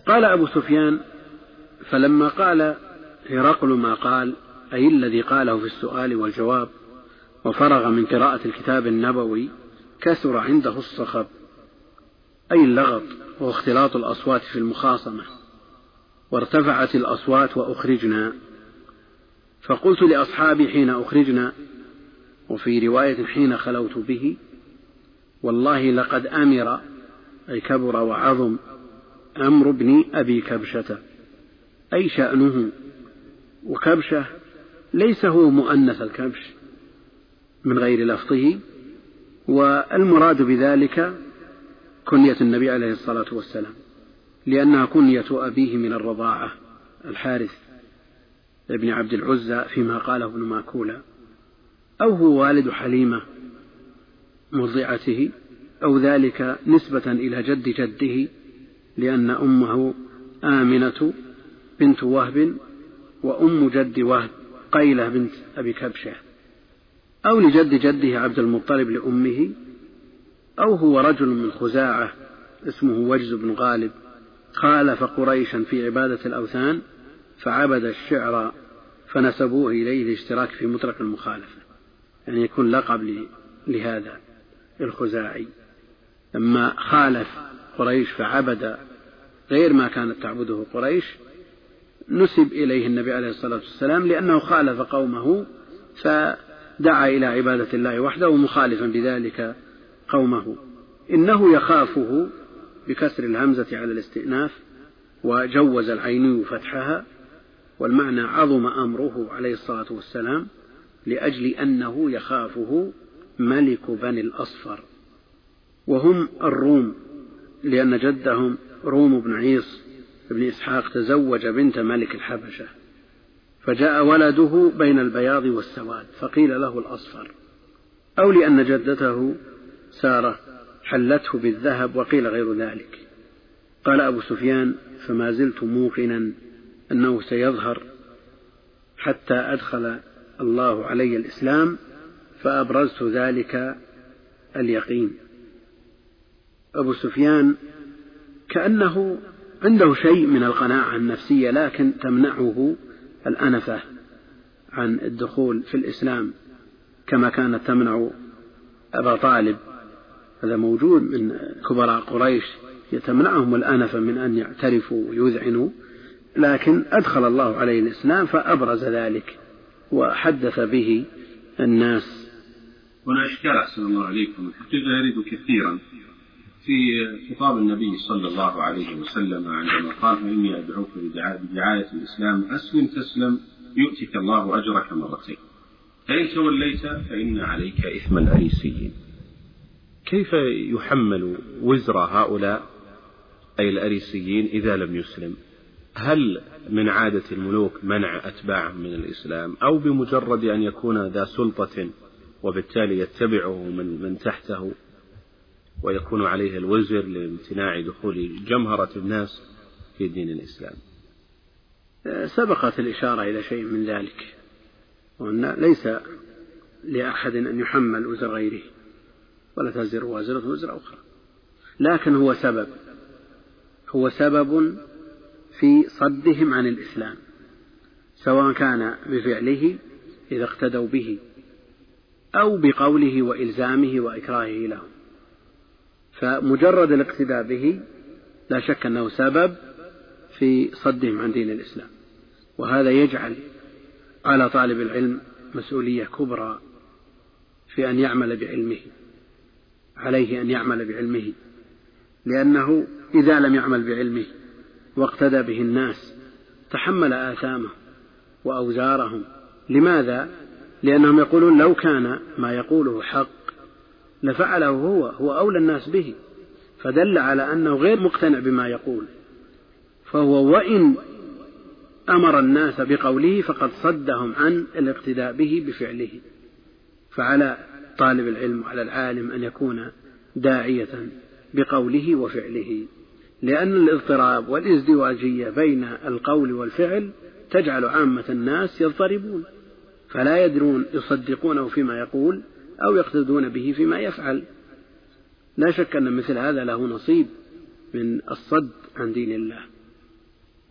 قال أبو سفيان: فلما قال هرقل ما قال، أي الذي قاله في السؤال والجواب، وفرغ من قراءة الكتاب النبوي، كثر عنده الصخب، أي اللغط واختلاط الأصوات في المخاصمة، وارتفعت الأصوات وأخرجنا. فقلت لأصحابي حين أخرجنا، وفي رواية حين خلوت به: والله لقد أمر، أي كبر وعظم، أمر ابن أبي كبشة، أي شأنه. وكبشة ليس هو مؤنث الكبش من غير لفظه، والمراد بذلك كنية النبي عليه الصلاة والسلام، لأنها كنية أبيه من الرضاعة، الحارث ابن عبد العزى فيما قاله ابن ماكولة، أو هو والد حليمة مرضعته، أو ذلك نسبة إلى جد جده، لأن أمه آمنة بنت وهب، وأم جد وهب قيلة بنت أبي كبشة، أو لجد جده عبد المطلب لأمه، أو هو رجل من خزاعة اسمه وجز بن غالب، خالف قريشا في عبادة الأوثان فعبد الشعر فنسبوه إليه الاشتراك في مطلق المخالفة، يعني يكون لقب لهذا الخزاعي. لما خالف قريش فعبد غير ما كانت تعبده قريش، نسب إليه النبي عليه الصلاة والسلام لأنه خالف قومه فدعا إلى عبادة الله وحده مخالفا بذلك قومه. إنه يخافه بكسر الهمزة على الاستئناف، وجوز العيني فتحها، والمعنى عظم أمره عليه الصلاة والسلام لأجل أنه يخافه ملك بني الأصفر، وهم الروم، لأن جدهم روم بن عيص بن إسحاق تزوج بنت ملك الحبشة، فجاء ولده بين البياض والسواد فقيل له الأصفر، أو لأن جدته سارة حلته بالذهب وقيل غير ذلك. قال أبو سفيان: فما زلت موقنا أنه سيظهر حتى أدخل الله علي الإسلام، فأبرزت ذلك اليقين. أبو سفيان كأنه عنده شيء من القناعة النفسية، لكن تمنعه الأنفة عن الدخول في الإسلام كما كانت تمنع أبا طالب. هذا موجود من كبراء قريش، يتمنعهم الأنفة من أن يعترفوا ويذعنوا، لكن أدخل الله عليه الإسلام فأبرز ذلك وحدث به الناس. هنا إشكال أحسن الله عليكم، الحقيقة يرد كثيرا في خطاب النبي صلى الله عليه وسلم عندما قال: إني أدعوك بدعاية الإسلام أسلم تسلم يؤتك الله أجرك مرتين، فإن توليت فإن عليك إثم الأريسيين. كيف يحمل وزر هؤلاء أي الأريسيين إذا لم يسلم؟ هل من عادة الملوك منع أتباعهم من الإسلام، أو بمجرد أن يكون ذا سلطة وبالتالي يتبعه من تحته ويكون عليه الوزر لامتناع دخول جمهرة الناس في دين الإسلام؟ سبقت الإشارة إلى شيء من ذلك، وأن ليس لأحد أن يحمل وزر غيره، ولا تزر وازرة وزر أخرى، لكن هو سبب في صدهم عن الإسلام، سواء كان بفعله إذا اقتدوا به، أو بقوله وإلزامه وإكراهه لهم. فمجرد الاقتداء به لا شك أنه سبب في صدهم عن دين الإسلام، وهذا يجعل على طالب العلم مسؤولية كبرى في أن يعمل بعلمه، عليه أن يعمل بعلمه، لأنه إذا لم يعمل بعلمه واقتدى به الناس تحمل آثامه وأوزارهم. لماذا؟ لأنهم يقولون لو كان ما يقوله حق لفعله هو أولى الناس به، فدل على أنه غير مقتنع بما يقول، فهو وإن أمر الناس بقوله فقد صدهم عن الاقتداء به بفعله. فعلى طالب العلم وعلى العالم أن يكون داعية بقوله وفعله، لأن الاضطراب والازدواجية بين القول والفعل تجعل عامة الناس يضطربون، فلا يدرون يصدقونه فيما يقول أو يقتدون به فيما يفعل. لا شك أن مثل هذا له نصيب من الصد عن دين الله.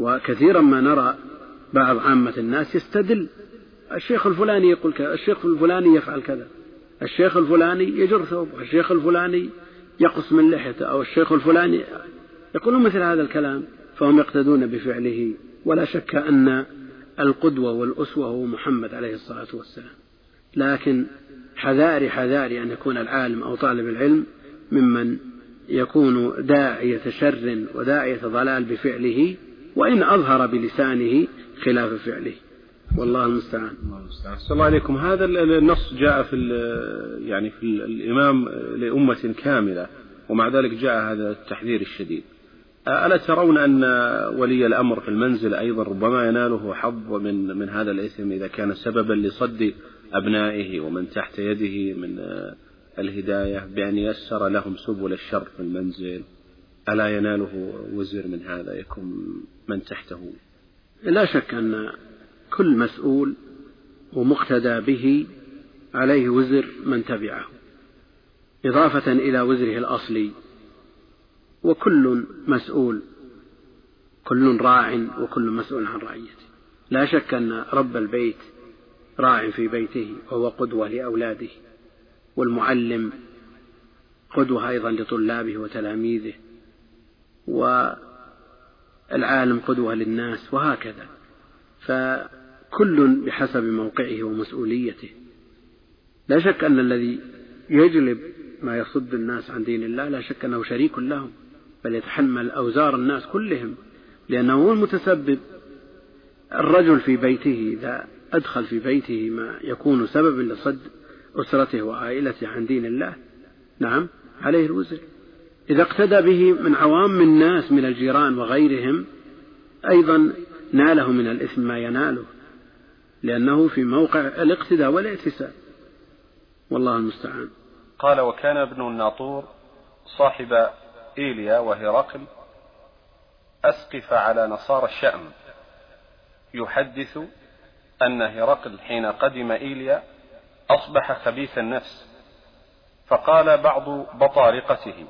وكثيرا ما نرى بعض عامة الناس يستدل، الشيخ الفلاني يقول كذا، الشيخ الفلاني يفعل كذا، الشيخ الفلاني يجر ثوبه، الشيخ الفلاني يقص من لحيته، أو الشيخ الفلاني، يقولون مثل هذا الكلام، فهم يقتدون بفعله. ولا شك أن القدوة والأسوة هو محمد عليه الصلاة والسلام، لكن حذاري أن يكون العالم أو طالب العلم ممن يكون داعية شر وداعية ضلال بفعله، وإن أظهر بلسانه خلاف فعله، والله المستعان. صلى الله عليكم. هذا النص جاء في الإمام لأمة كاملة، ومع ذلك جاء هذا التحذير الشديد. ألا ترون أن ولي الأمر في المنزل أيضا ربما يناله حظ من هذا الإثم إذا كان سببا لصد أبنائه ومن تحت يده من الهداية بأن يسر لهم سبل الشر في المنزل؟ ألا يناله وزر من هذا يكون من تحته؟ لا شك أن كل مسؤول ومقتدى به عليه وزر من تبعه، إضافة إلى وزره الأصلي. وكل مسؤول، كل راع وكل مسؤول عن رعيته. لا شك أن رب البيت راع في بيته وهو قدوة لأولاده، والمعلم قدوة أيضا لطلابه وتلاميذه، والعالم قدوة للناس، وهكذا. فكل بحسب موقعه ومسؤوليته. لا شك أن الذي يجلب ما يصد الناس عن دين الله لا شك أنه شريك لهم، بل يتحمل أوزار الناس كلهم، لأنه هو المتسبب. الرجل في بيته إذا أدخل في بيته ما يكون سببا لصد أسرته وعائلته عن دين الله، نعم عليه الوزر. إذا اقتدى به من عوام الناس من الجيران وغيرهم أيضا ناله من الإثم ما يناله، لأنه في موقع الاقتداء والاعتساب، والله المستعان. قال: وكان ابن الناطور صاحب إيليا وهرقل أسقف على نصارى الشأم، يحدث أن هرقل حين قدم إيليا أصبح خبيث النفس، فقال بعض بطارقته: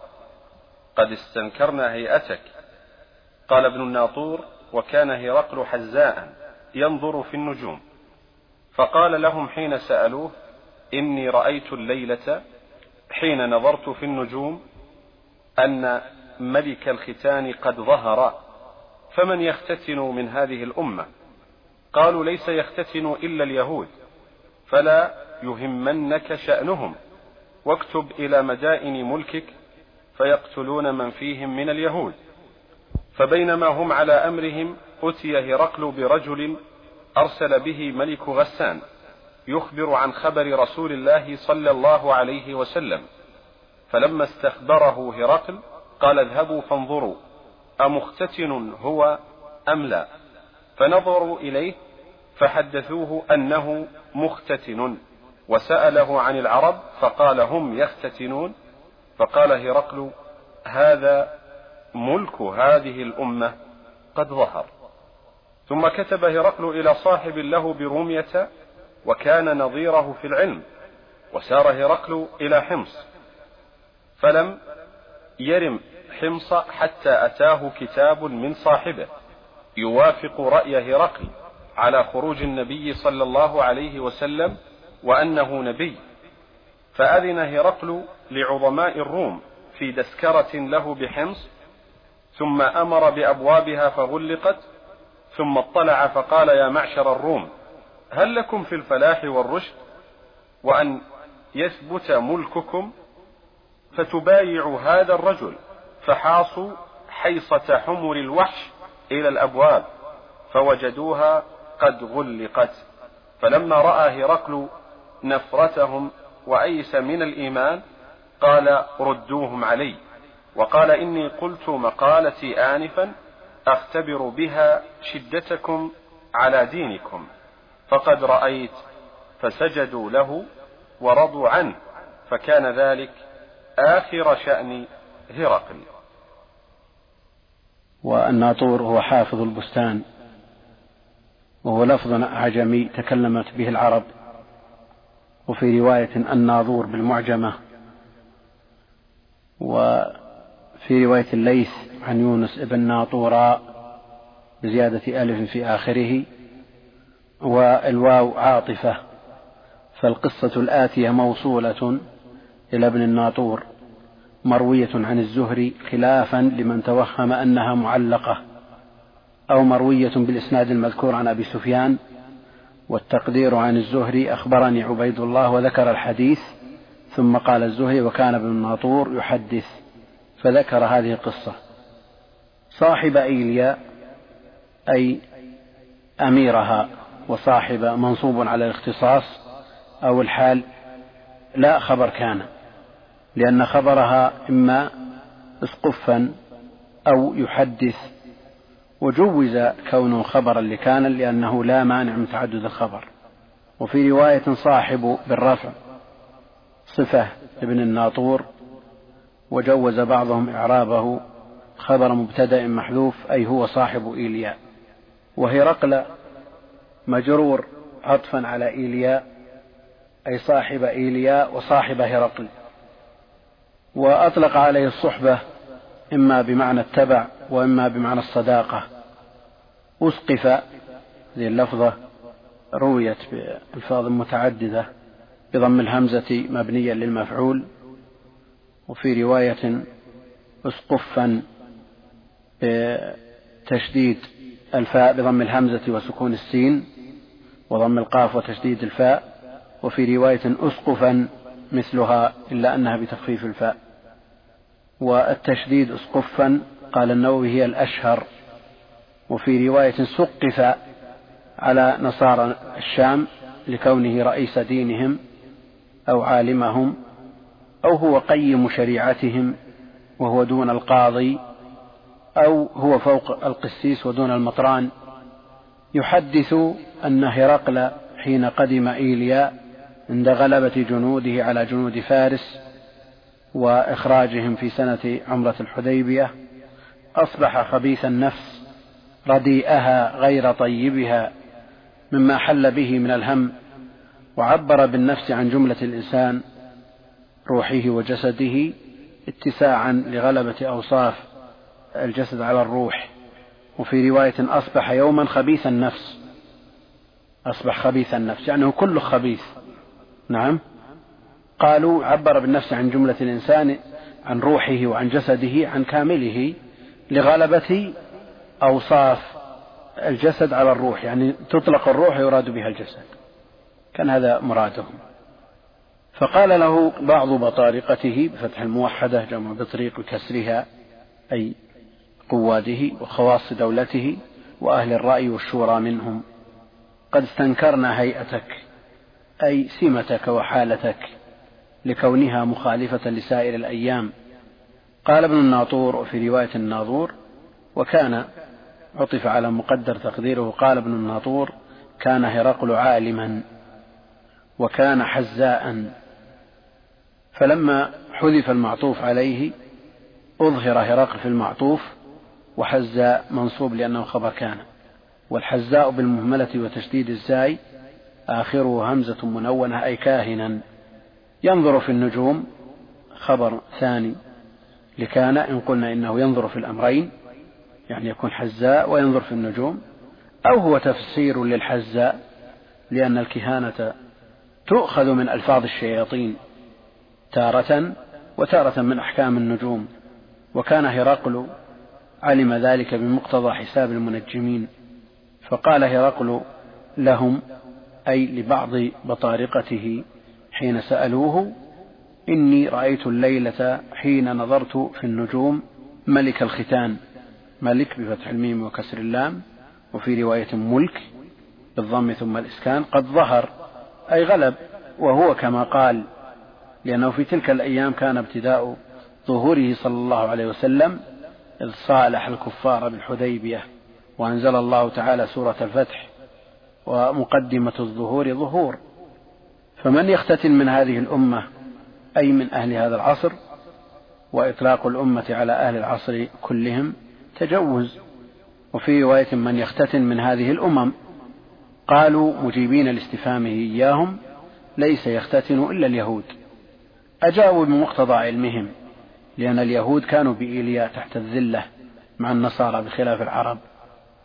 قد استنكرنا هيئتك. قال ابن الناطور: وكان هرقل حزاء ينظر في النجوم، فقال لهم حين سألوه: إني رأيت الليلة حين نظرت في النجوم أن ملك الختان قد ظهر، فمن يختتن من هذه الأمة؟ قالوا: ليس يختتن إلا اليهود، فلا يهمنك شأنهم، واكتب إلى مدائن ملكك فيقتلون من فيهم من اليهود. فبينما هم على أمرهم أتي هرقل برجل أرسل به ملك غسان يخبر عن خبر رسول الله صلى الله عليه وسلم، فلما استخبره هرقل قال: اذهبوا فانظروا أمختتن هو أم لا؟ فنظروا إليه فحدثوه أنه مختتن، وسأله عن العرب فقال: هم يختتنون. فقال هرقل: هذا ملك هذه الأمة قد ظهر. ثم كتب هرقل إلى صاحب له برومية وكان نظيره في العلم، وسار هرقل إلى حمص، فلم يرم حمص حتى أتاه كتاب من صاحبه يوافق رأي هرقل على خروج النبي صلى الله عليه وسلم وأنه نبي، فأذن هرقل لعظماء الروم في دسكرة له بحمص، ثم أمر بأبوابها فغلقت، ثم اطلع فقال: يا معشر الروم، هل لكم في الفلاح والرشد وأن يثبت ملككم؟ فتبايعوا هذا الرجل. فحاصوا حيصة حمر الوحش إلى الأبواب فوجدوها قد غلقت. فلما رأى هرقل نفرتهم وأيس من الإيمان قال: ردوهم علي. وقال: إني قلت مقالتي آنفا أختبر بها شدتكم على دينكم، فقد رأيت. فسجدوا له ورضوا عنه، فكان ذلك آخر شأن هرقل. والناطور هو حافظ البستان، وهو لفظ أعجمي تكلمت به العرب، وفي رواية الناظور بالمعجمة، وفي رواية الليث عن يونس ابن ناطوراء بزيادة ألف في آخره، والواو عاطفة. فالقصة الآتية موصولة إلى ابن الناطور مروية عن الزهري، خلافا لمن توهم أنها معلقة، أو مروية بالإسناد المذكور عن أبي سفيان، والتقدير عن الزهري أخبرني عبيد الله وذكر الحديث، ثم قال الزهري وكان ابن الناطور يحدث، فذكر هذه القصة. صاحب إيليا أي أميرها، وصاحب منصوب على الاختصاص أو الحال، لا خبر كان، لأن خبرها إما اسقفا أو يحدث، وجوز كونه خبرا لكان لأنه لا مانع من تعدد الخبر. وفي رواية صاحب بالرفع صفة ابن الناطور، وجوز بعضهم إعرابه خبر مبتدأ محذوف أي هو صاحب إيليا. وهرقل مجرور عطفا على إيليا أي صاحب إيليا وصاحب هرقل. وأطلق عليه الصحبة إما بمعنى التبع وإما بمعنى الصداقة. أسقف هذه اللفظة رويت بألفاظ متعددة بضم الهمزة مبنيا للمفعول، وفي رواية أسقفا بتشديد الفاء بضم الهمزة وسكون السين وضم القاف وتشديد الفاء، وفي رواية أسقفا مثلها إلا أنها بتخفيف الفاء. والتشديد أسقفا قال النووي هي الأشهر. وفي رواية سقف على نصارى الشام لكونه رئيس دينهم أو عالمهم، أو هو قيم شريعتهم وهو دون القاضي، أو هو فوق القسيس ودون المطران. يحدث أن هرقل حين قدم إيليا عند غلبة جنوده على جنود فارس وإخراجهم في سنة عمرة الحديبية أصبح خبيث النفس رديئها غير طيبها مما حل به من الهم، وعبر بالنفس عن جملة الإنسان روحه وجسده اتساعا لغلبة أوصاف الجسد على الروح. وفي رواية أصبح يوما خبيث النفس، أصبح خبيث النفس يعني هو كله خبيث. نعم، قالوا عبر بالنفس عن جملة الإنسان عن روحه وعن جسده عن كامله لغلبة أوصاف الجسد على الروح، يعني تطلق الروح يراد بها الجسد، كان هذا مرادهم. فقال له بعض بطارقته بفتح الموحدة جمع بطريق وكسرها أي قواده وخواص دولته وأهل الرأي والشورى منهم: قد استنكرنا هيئتك أي سمتك وحالتك لكونها مخالفة لسائر الأيام. قال ابن الناطور وفي رواية الناظور وكان عطف على مقدر تقديره. قال ابن الناطور كان هرقل عالما وكان حزاء، فلما حذف المعطوف عليه أظهر هرقل في المعطوف، وحزاء منصوب لأنه خبر كان. والحزاء بالمهملة وتشديد الزاي آخره همزة منونة أي كاهنا. ينظر في النجوم خبر ثاني لكان إن قلنا إنه ينظر في الأمرين، يعني يكون حزاء وينظر في النجوم، أو هو تفسير للحزاء لأن الكهانة تؤخذ من ألفاظ الشياطين تارة وتارة من أحكام النجوم. وكان هرقل علم ذلك بمقتضى حساب المنجمين، فقال هرقل لهم أي لبعض بطارقته حين سألوه: إني رأيت الليلة حين نظرت في النجوم ملك الختان، ملك بفتح الميم وكسر اللام، وفي رواية ملك بالضم ثم الإسكان، قد ظهر أي غلب، وهو كما قال، لأنه في تلك الأيام كان ابتداء ظهوره صلى الله عليه وسلم إذ صالح الكفار بالحديبية، وأنزل الله تعالى سورة الفتح، ومقدمة الظهور ظهور. فمن يختتن من هذه الأمة أي من أهل هذا العصر، وإطلاق الأمة على أهل العصر كلهم تجوز. وفي رواية من يختتن من هذه الأمم، قالوا مجيبين لاستفهامه إياهم: ليس يختتن إلا اليهود. أجابوا بمقتضى علمهم، لأن اليهود كانوا بإيليا تحت الذلة مع النصارى بخلاف العرب.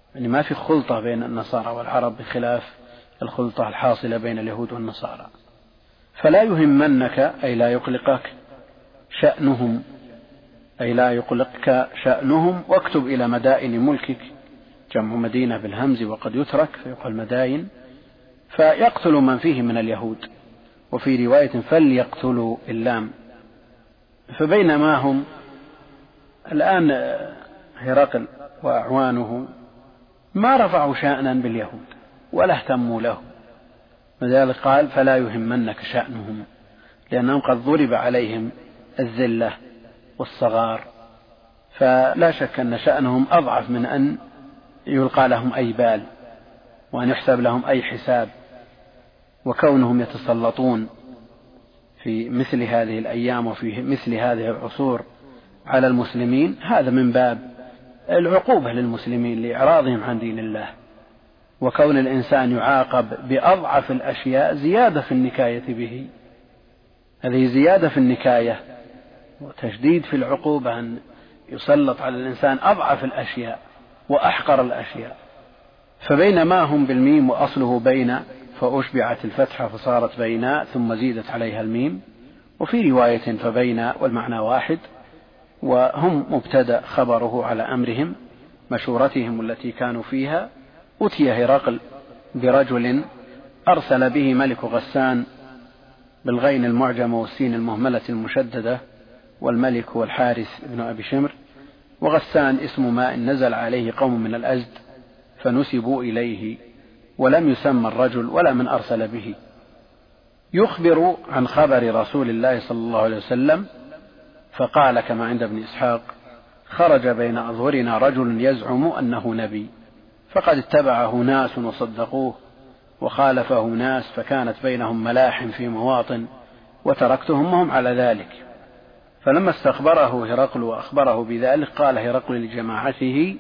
يعني ما في خلطة بين النصارى والعرب بخلاف الخلطة الحاصلة بين اليهود والنصارى. فلا يهمنك أي لا يقلقك شأنهم، أي لا يقلقك شأنهم، واكتب إلى مدائن ملكك، جمع مدينة بالهمز وقد يترك فيقال مدائن، فيقتل من فيه من اليهود، وفي رواية فليقتلوا اللام. فبينما هم الآن هرقل وأعوانه ما رفعوا شأنا باليهود ولا اهتموا له، لذلك قال فلا يهمنك شأنهم، لأنهم قد ضرب عليهم الذلة والصغار، فلا شك أن شأنهم أضعف من أن يلقى لهم أي بال وأن يحسب لهم أي حساب. وكونهم يتسلطون في مثل هذه الأيام وفي مثل هذه العصور على المسلمين هذا من باب العقوبة للمسلمين لإعراضهم عن دين الله. وكون الإنسان يعاقب بأضعف الأشياء زيادة في النكاية به، هذه زيادة في النكاية وتشديد في العقوبة، أن يسلط على الإنسان أضعف الأشياء وأحقر الأشياء. فبينما هم بالميم وأصله بين فأشبعت الفتحة فصارت بيناء ثم زيدت عليها الميم، وفي رواية فبين والمعنى واحد، وهم مبتدأ خبره على أمرهم مشورتهم التي كانوا فيها. أتي هرقل برجل أرسل به ملك غسان بالغين المعجمة والسين المهملة المشددة، والملك هو الحارث بن أبي شمر، وغسان اسم ماء نزل عليه قوم من الأزد فنسبوا إليه، ولم يسمى الرجل ولا من أرسل به. يخبر عن خبر رسول الله صلى الله عليه وسلم فقال كما عند ابن إسحاق خرج بين أظهرنا رجل يزعم أنه نبي، فقد اتبعه ناس وصدقوه وخالفه ناس، فكانت بينهم ملاحم في مواطن وتركتهم وهم على ذلك. فلما استخبره هرقل وأخبره بذلك قال هرقل لجماعته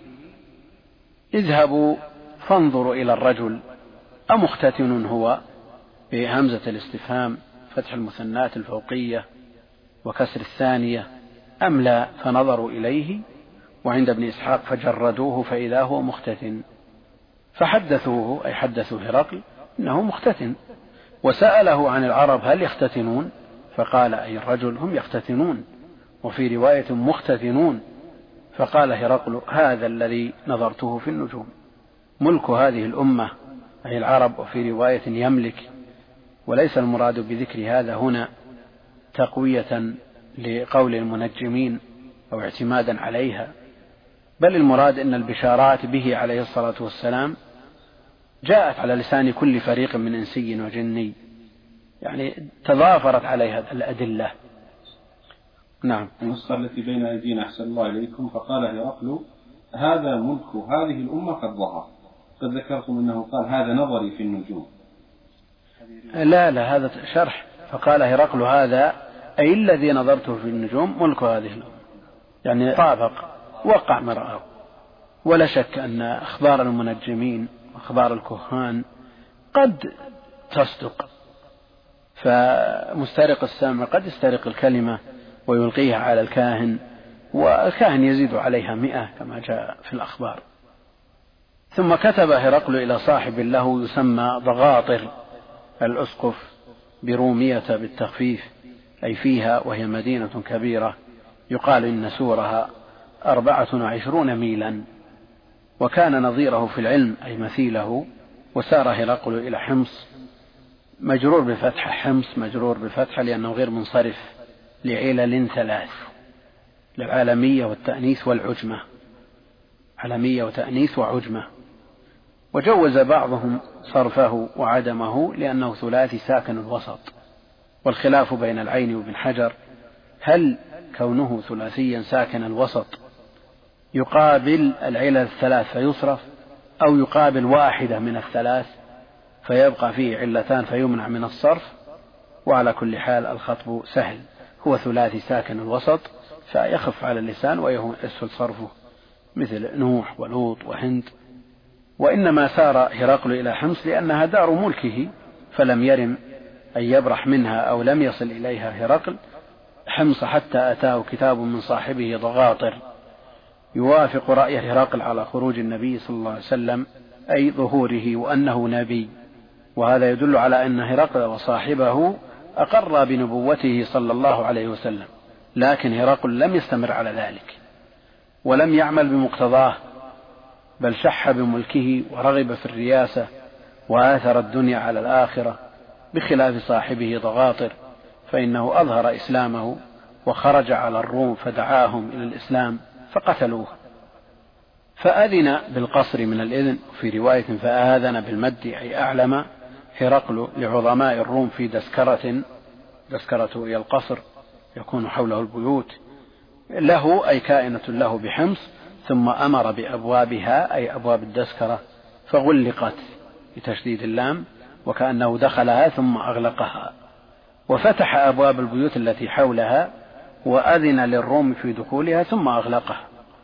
اذهبوا فانظروا إلى الرجل أمختتن هو، بهمزة الاستفهام فتح المثنات الفوقية وكسر الثانية، أم لا، فنظروا إليه. وعند ابن إسحاق فجردوه فإذا هو مختتن، فحدثوه أي حدثوا هرقل إنه مختتن، وسأله عن العرب هل يختتنون، فقال أي الرجل هم يختتنون، وفي رواية مختتنون. فقال هرقل هذا الذي نظرته في النجوم، ملك هذه الأمة أي العرب، وفي رواية يملك، وليس المراد بذكر هذا هنا تقوية لقول المنجمين أو اعتمادا عليها، بل المراد أن البشارات به عليه الصلاة والسلام جاءت على لسان كل فريق من إنسي وجني، يعني تضافرت عليها الأدلة. نعم. النسخة التي بين أيدينا أحسن الله إليكم فقال هرقل هذا ملك هذه الأمة قد ظهر، قد ذكرتم أنه قال هذا نظري في النجوم. لا هذا شرح، فقال هرقل هذا أي الذي نظرته في النجوم ملك هذه الأمة، يعني طابق وقع ما رآه. ولا شك أن أخبار المنجمين وأخبار الكهان قد تصدق، فمسترق السمع قد يسترق الكلمة ويلقيها على الكاهن، والكاهن يزيد عليها 100 كما جاء في الأخبار. ثم كتب هرقل إلى صاحب له يسمى ضغاطر الأسقف برومية بالتخفيف، أي فيها، وهي مدينة كبيرة يقال إن سورها 24 ميلا، وكان نظيره في العلم أي مثيله. وسار هرقل إلى حمص، مجرور بفتح، حمص مجرور بفتح لأنه غير منصرف لعلل 3، للعالمية والتأنيث والعجمة، علمية وتأنيث وعجمة. وجوز بعضهم صرفه وعدمه لأنه ثلاثي ساكن الوسط، والخلاف بين العين وابن حجر هل كونه ثلاثيا ساكن الوسط يقابل العلل 3 فيصرف، أو يقابل واحدة من 3 فيبقى فيه 2 فيمنع من الصرف. وعلى كل حال الخطب سهل، هو ثلاثي ساكن الوسط فيخف على اللسان ويسهل صرفه، مثل نوح ولوط وهند. وإنما سار هرقل إلى حمص لأنها دار ملكه، فلم يرم أن يبرح منها أو لم يصل إليها هرقل حمص حتى أتاه كتاب من صاحبه ضغاطر يوافق رأي هرقل على خروج النبي صلى الله عليه وسلم أي ظهوره وأنه نبي، وهذا يدل على أن هرقل وصاحبه أقر بنبوته صلى الله عليه وسلم، لكن هرقل لم يستمر على ذلك ولم يعمل بمقتضاه، بل شح بملكه ورغب في الرياسة وآثر الدنيا على الآخرة، بخلاف صاحبه ضغاطر فإنه أظهر إسلامه وخرج على الروم فدعاهم إلى الإسلام فقتلوه. فأذن بالقصر من الإذن، في رواية فآذن بالمد أي أعلم هرقل لعظماء الروم في دسكرة إلى القصر يكون حوله البيوت له أي كائنة له بحمص، ثم أمر بأبوابها أي أبواب الدسكرة فغلقت بتشديد اللام وكأنه دخلها ثم أغلقها، وفتح أبواب البيوت التي حولها وأذن للروم في دخولها ثم أغلقها،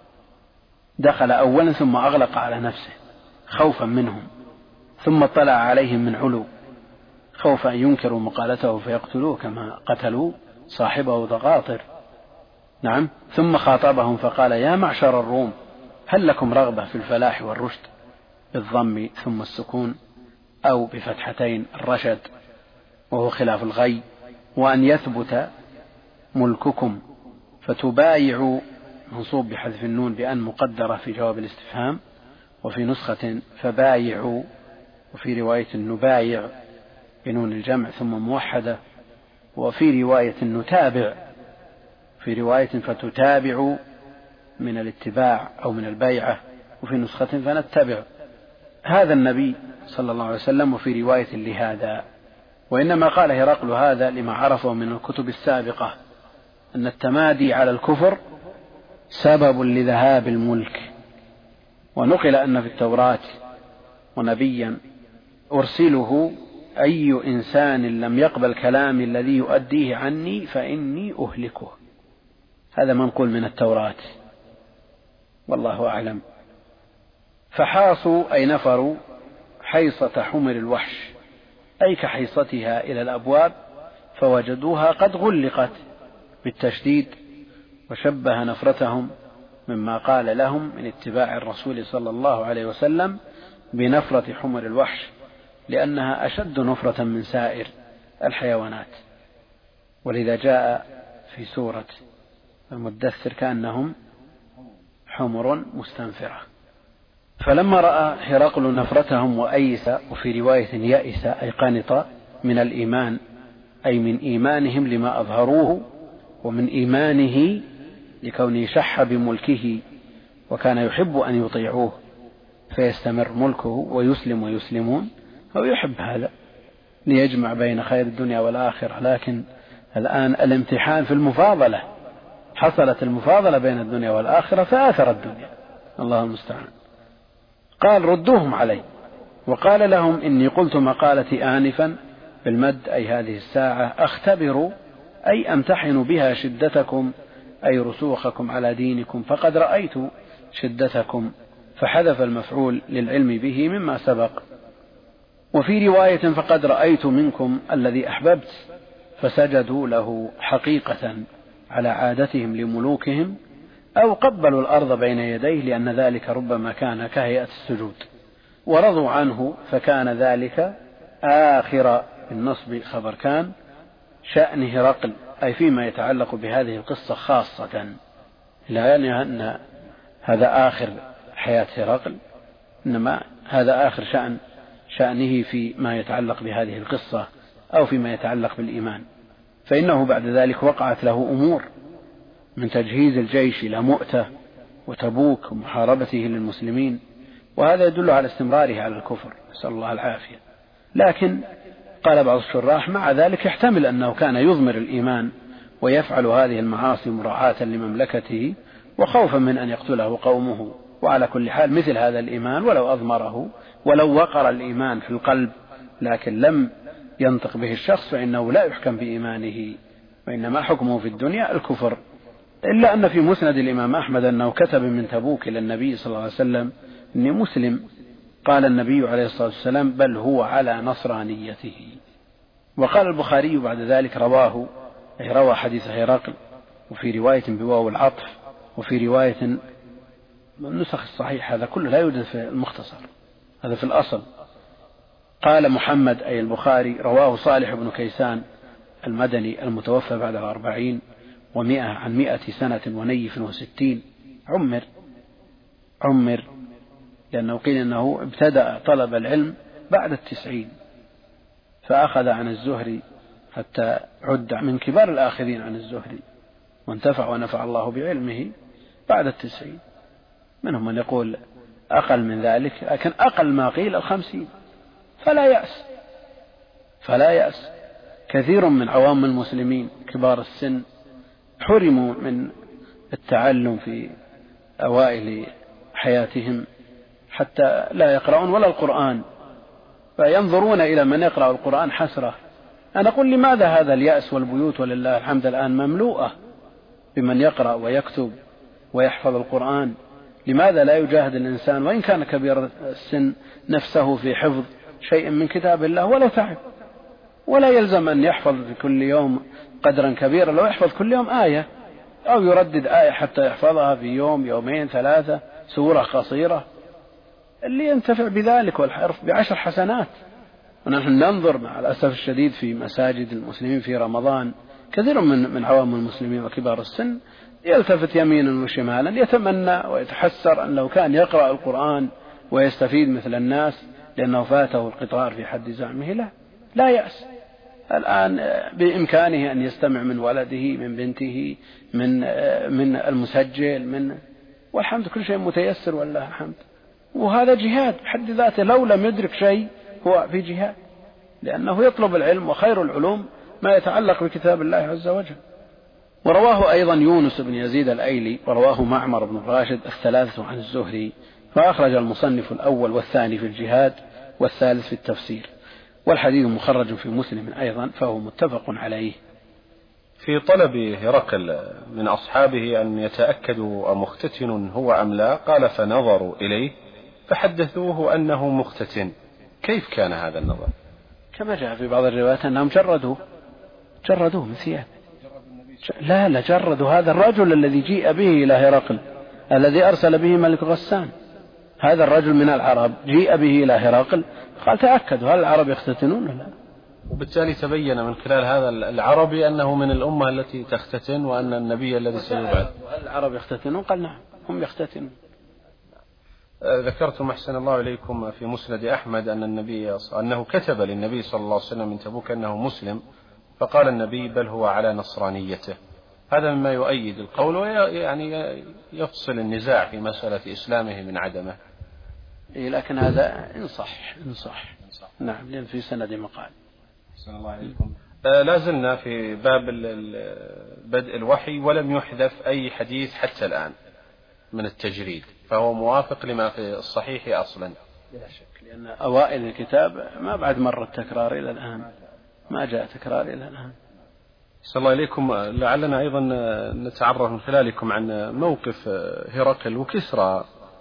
دخل أولا ثم أغلق على نفسه خوفا منهم، ثم اطلع عليهم من علو خوف أن ينكروا مقالته فيقتلوه كما قتلوا صاحبه ضغاطر. نعم. ثم خاطبهم فقال يا معشر الروم هل لكم رغبة في الفلاح والرشد بالضم ثم السكون أو بفتحتين الرشد وهو خلاف الغي، وأن يثبت ملككم فتبايعوا منصوب بحذف النون بأن مقدرة في جواب الاستفهام، وفي نسخة فبايعوا، وفي رواية نبايع بنون الجمع ثم موحدة، وفي رواية نتابع، في رواية فتتابعوا من الاتباع أو من البيعة، وفي نسخة فنتبع هذا النبي صلى الله عليه وسلم، وفي رواية لهذا. وإنما قال هرقل هذا لما عرفه من الكتب السابقة أن التمادي على الكفر سبب لذهاب الملك، ونقل أن في التوراة ونبيا أرسله أي إنسان لم يقبل كلامي الذي يؤديه عني فإني أهلكه، هذا منقول من التوراة والله أعلم. فحاصوا أي نفروا حيصة حمر الوحش أي كحيصتها إلى الأبواب فوجدوها قد غلقت بالتشديد، وشبه نفرتهم مما قال لهم من اتباع الرسول صلى الله عليه وسلم بنفرة حمر الوحش، لأنها أشد نفرة من سائر الحيوانات، ولذا جاء في سورة المدثر كأنهم حمر مستنفرة. فلما رأى هرقل نفرتهم وأيس، وفي رواية يأس أي قنط من الإيمان أي من إيمانهم لما أظهروه، ومن إيمانه لكونه شح بملكه وكان يحب أن يطيعوه فيستمر ملكه ويسلم ويسلمون، هو يحب هذا ليجمع بين خير الدنيا والآخرة، لكن الآن الامتحان في المفاضلة، حصلت المفاضلة بين الدنيا والآخرة فآثر الدنيا، الله المستعان. قال ردوهم علي، وقال لهم إني قلت مقالتي آنفا بالمد أي هذه الساعة أختبر أي أمتحن بها شدتكم أي رسوخكم على دينكم، فقد رأيت شدتكم، فحذف المفعول للعلم به مما سبق. وفي رواية فقد رأيت منكم الذي أحببت، فسجدوا له حقيقة على عادتهم لملوكهم، أو قبلوا الأرض بين يديه لأن ذلك ربما كان كهيئة السجود، ورضوا عنه، فكان ذلك آخر النصب خبر كان شأن هرقل أي فيما يتعلق بهذه القصة خاصة، لا يعني أن هذا آخر حياة هرقل، إنما هذا آخر شأنه فيما يتعلق بهذه القصة أو فيما يتعلق بالإيمان، فإنه بعد ذلك وقعت له أمور من تجهيز الجيش إلى مؤتة وتبوك ومحاربته للمسلمين، وهذا يدل على استمراره على الكفر، نسأل الله العافية. لكن قال بعض الشراح مع ذلك يحتمل أنه كان يضمر الإيمان ويفعل هذه المعاصي مراعاة لمملكته وخوفا من أن يقتله قومه، وعلى كل حال مثل هذا الإيمان ولو أضمره ولو وقر الإيمان في القلب لكن لم ينطق به الشخص فإنه لا يحكم بإيمانه، وإنما حكمه في الدنيا الكفر. إلا أن في مسند الإمام أحمد أنه كتب من تبوك إلى النبي صلى الله عليه وسلم إني مسلم، قال النبي عليه الصلاة والسلام بل هو على نصرانيته. وقال البخاري بعد ذلك روى حديث هرقل، وفي رواية بواو العطف، وفي رواية النسخ الصحيح هذا كله لا يوجد في المختصر، هذا في الأصل. قال محمد أي البخاري: رواه صالح بن كيسان المدني المتوفى بعد 40 و100 عن 100 سنة ونيف و60. عمر لأنه قيل أنه ابتدأ طلب العلم بعد 90، فأخذ عن الزهري حتى عد من كبار الآخذين عن الزهري، وانتفع ونفع الله بعلمه بعد 90. منهم من يقول أقل من ذلك، لكن أقل ما قيل 50. فلا يأس. كثير من عوام المسلمين كبار السن حرموا من التعلم في أوائل حياتهم حتى لا يقرؤون ولا القرآن، فينظرون إلى من يقرأ القرآن حسرة. أنا أقول لماذا هذا اليأس؟ والبيوت ولله الحمد الآن مملوءة بمن يقرأ ويكتب ويحفظ القرآن. لماذا لا يجاهد الإنسان وإن كان كبير السن نفسه في حفظ شيء من كتاب الله ولو تعب؟ ولا يلزم أن يحفظ في كل يوم قدرا كبيرا، لو يحفظ كل يوم آية أو يردد آية حتى يحفظها في يوم 2 3 سورة قصيرة، اللي ينتفع بذلك والحرف ب10 حسنات. ونحن ننظر مع الأسف الشديد في مساجد المسلمين في رمضان كثير من عوام المسلمين وكبار السن يلتفت يمينا وشمالا يتمنى ويتحسر أن لو كان يقرأ القرآن ويستفيد مثل الناس لأنه فاته القطار في حد زعمه. لا يأس. الآن بإمكانه أن يستمع من ولده، من بنته، من المسجل، والحمد كل شيء متيسر والله الحمد. وهذا جهاد بحد ذاته، لو لم يدرك شيء هو في جهاد، لأنه يطلب العلم، وخير العلوم ما يتعلق بكتاب الله عز وجل. ورواه أيضا يونس بن يزيد الأيلي، ورواه معمر بن راشد الثلاثة عن الزهري، فأخرج المصنف الأول والثاني في الجهاد والثالث في التفسير، والحديث مخرج في مسلم أيضا، فهو متفق عليه. في طلب هرقل من أصحابه أن يتأكدوا أمختتن هو أم لا، قال: فنظروا إليه فحدثوه أنه مختتن. كيف كان هذا النظر؟ كما جاء في بعض الروايات أنهم جردوه من ثياب. لا جردوا هذا الرجل الذي جيء به إلى هرقل، الذي أرسل به ملك غسان. هذا الرجل من العرب جيء به إلى هرقل، قال: تأكدوا هل العرب يختتنون ولا لا؟ وبالتالي تبين من خلال هذا العربي أنه من الأمة التي تختتن، وأن النبي الذي سيبعث. هل العرب يختتنون؟ قال: نعم هم يختتنون. ذكرتم أحسن الله إليكم في مسند أحمد أنه كتب للنبي صلى الله عليه وسلم من تبوك أنه مسلم، فقال النبي: بل هو على نصرانيته. هذا مما يؤيد القول ويعني يفصل النزاع في مسألة إسلامه من عدمه. لكن هذا إن صح. نعم، لأن في سند مقال. أحسن الله عليكم. لا زلنا في باب بدء الوحي، ولم يحذف أي حديث حتى الآن من التجريد، فهو موافق لما في الصحيح أصلا بلا شك، لأن أوائل الكتاب ما بعد مر التكرار إلى الآن، ما جاء تكرار إلى الآن. صلى الله عليكم. لعلنا أيضا نتعرف من خلالكم عن موقف هرقل وكسرى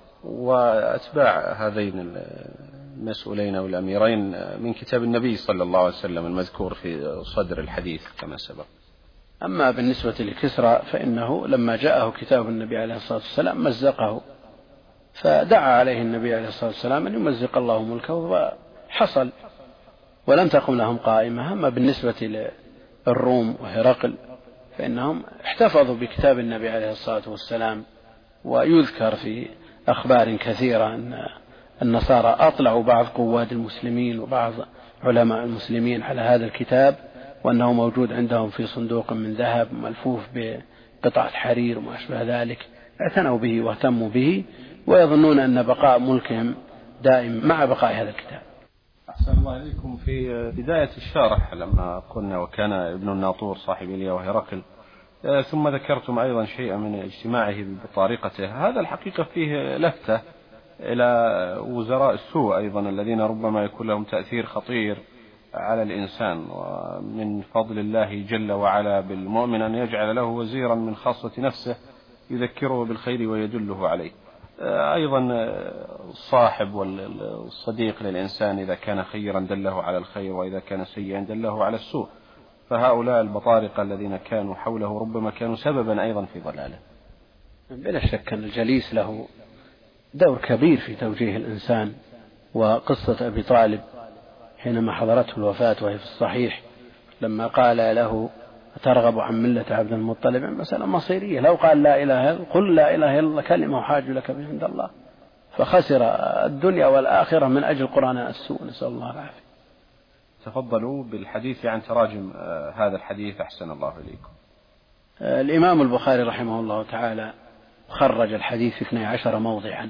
وأتباع هذين المسؤولين أو الأميرين من كتاب النبي صلى الله عليه وسلم المذكور في صدر الحديث كما سبق. أما بالنسبة لكسرى فإنه لما جاءه كتاب النبي عليه الصلاة والسلام مزقه، فدعا عليه النبي عليه الصلاة والسلام أن يمزق الله ملكه، وحصل ولم تقم لهم قائمة. أما بالنسبة للروم وهرقل فإنهم احتفظوا بكتاب النبي عليه الصلاة والسلام، ويذكر في أخبار كثيرة أن النصارى أطلعوا بعض قواد المسلمين وبعض علماء المسلمين على هذا الكتاب، وأنه موجود عندهم في صندوق من ذهب ملفوف بقطعة حرير وما أشبه ذلك. اعتنوا به واهتموا به، ويظنون أن بقاء ملكهم دائم مع بقاء هذا الكتاب. أحسن الله إليكم. في بداية الشارح لما قلنا وكان ابن الناطور صاحب إيليا وهرقل، ثم ذكرتم أيضا شيئا من اجتماعه بطارقته، هذا الحقيقة فيه لفتة إلى وزراء السوء أيضا الذين ربما يكون لهم تأثير خطير على الإنسان، ومن فضل الله جل وعلا بالمؤمن أن يجعل له وزيرا من خاصة نفسه يذكره بالخير ويدله عليه. أيضا الصاحب والصديق للإنسان إذا كان خيرا دله على الخير، وإذا كان سيئا دله على السوء، فهؤلاء البطارقة الذين كانوا حوله ربما كانوا سببا أيضا في ضلاله. بلا شك أن الجليس له دور كبير في توجيه الإنسان. وقصة أبي طالب حينما حضرته الوفاة وهي في الصحيح لما قال له ترغب عن ملة عبد المطلب، مسألة مصيرية، لو قال لا إله إلا قل لا إله إلا الله كلمة وحاج لك به عند الله، فخسر الدنيا والآخرة من أجل قرآن السوء، نسأل الله العافية. تفضلوا بالحديث عن تراجم هذا الحديث أحسن الله إليكم. الإمام البخاري رحمه الله تعالى خرج الحديث في 12 موضعا،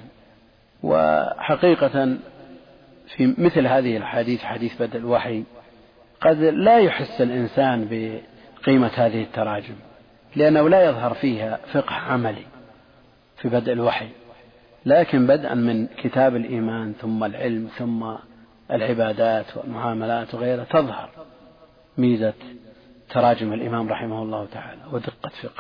وحقيقة في مثل هذه الحديث حديث بدء الوحي قد لا يحس الإنسان بقيمة هذه التراجم، لأنه لا يظهر فيها فقه عملي في بدء الوحي، لكن بدءا من كتاب الإيمان ثم العلم ثم العبادات والمعاملات وغيرها تظهر ميزة تراجم الإمام رحمه الله تعالى ودقة فقه.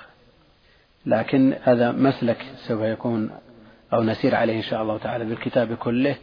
لكن هذا مسلك سوف يكون أو نسير عليه إن شاء الله تعالى بالكتاب كله.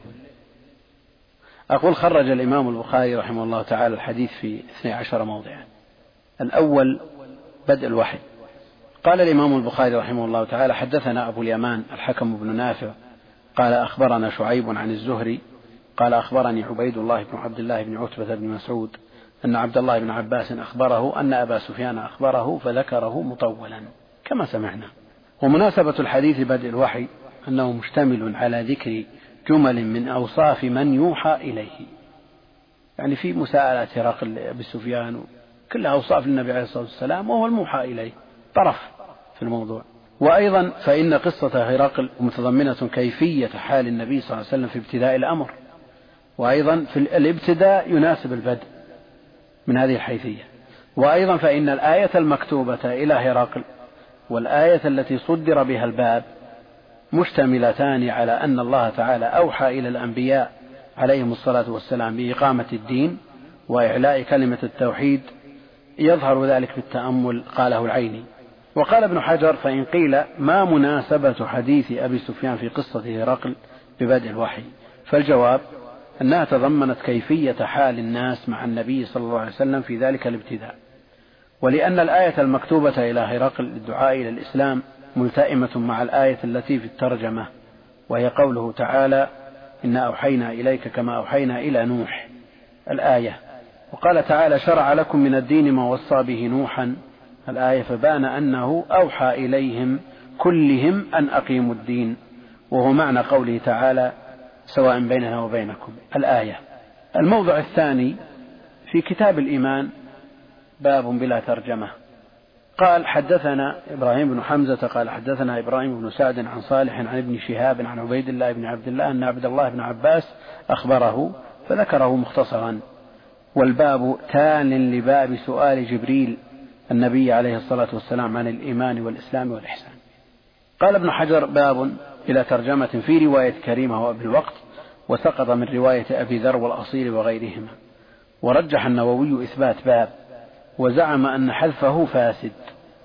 أقول خرج الإمام البخاري رحمه الله تعالى الحديث في 12 موضعا. الأول بدء الوحي. قال الإمام البخاري رحمه الله تعالى حدثنا أبو اليمان الحكم بن نافع قال أخبرنا شعيب عن الزهري قال أخبرني عبيد الله بن عبد الله بن عتبة بن مسعود أن عبد الله بن عباس أخبره أن أبا سفيان أخبره فذكره مطولا كما سمعنا. ومناسبة الحديث بدء الوحي أنه مشتمل على ذكر جمل من أوصاف من يوحى إليه، يعني في مساءلة هرقل أبي سفيان كلها أوصاف للنبي عليه الصلاة والسلام وهو الموحى إليه طرف في الموضوع. وأيضا فإن قصة هرقل متضمنة كيفية حال النبي صلى الله عليه وسلم في ابتداء الأمر، وأيضا في الابتداء يناسب البدء من هذه الحيثية. وأيضا فإن الآية المكتوبة إلى هرقل والآية التي صدر بها الباب مشتملتان على أن الله تعالى أوحى إلى الأنبياء عليهم الصلاة والسلام بإقامة الدين وإعلاء كلمة التوحيد، يظهر ذلك بالتأمل قاله العيني. وقال ابن حجر فإن قيل ما مناسبة حديث أبي سفيان في قصة هرقل ببدء الوحي، فالجواب أنها تضمنت كيفية حال الناس مع النبي صلى الله عليه وسلم في ذلك الابتداء، ولأن الآية المكتوبة إلى هرقل للدعاء إلى الإسلام ملتئمة مع الآية التي في الترجمة، وهي قوله تعالى إنا أوحينا إليك كما أوحينا إلى نوح الآية. وقال تعالى شرع لكم من الدين ما وصى به نوحا الآية، فبان أنه أوحى إليهم كلهم أن أقيموا الدين، وهو معنى قوله تعالى سواء بيننا وبينكم الآية. الموضع الثاني في كتاب الإيمان باب بلا ترجمة. قال حدثنا إبراهيم بن حمزة قال حدثنا إبراهيم بن سعد عن صالح عن ابن شهاب عن عبيد الله بن عبد الله أن عبد الله بن عباس أخبره فذكره مختصرا، والباب تال لباب سؤال جبريل النبي عليه الصلاة والسلام عن الإيمان والإسلام والإحسان. قال ابن حجر باب إلى ترجمة في رواية كريمة وأبي الوقت، وسقط من رواية أبي ذر والأصيل وغيرهما. ورجح النووي إثبات باب وزعم أن حذفه فاسد،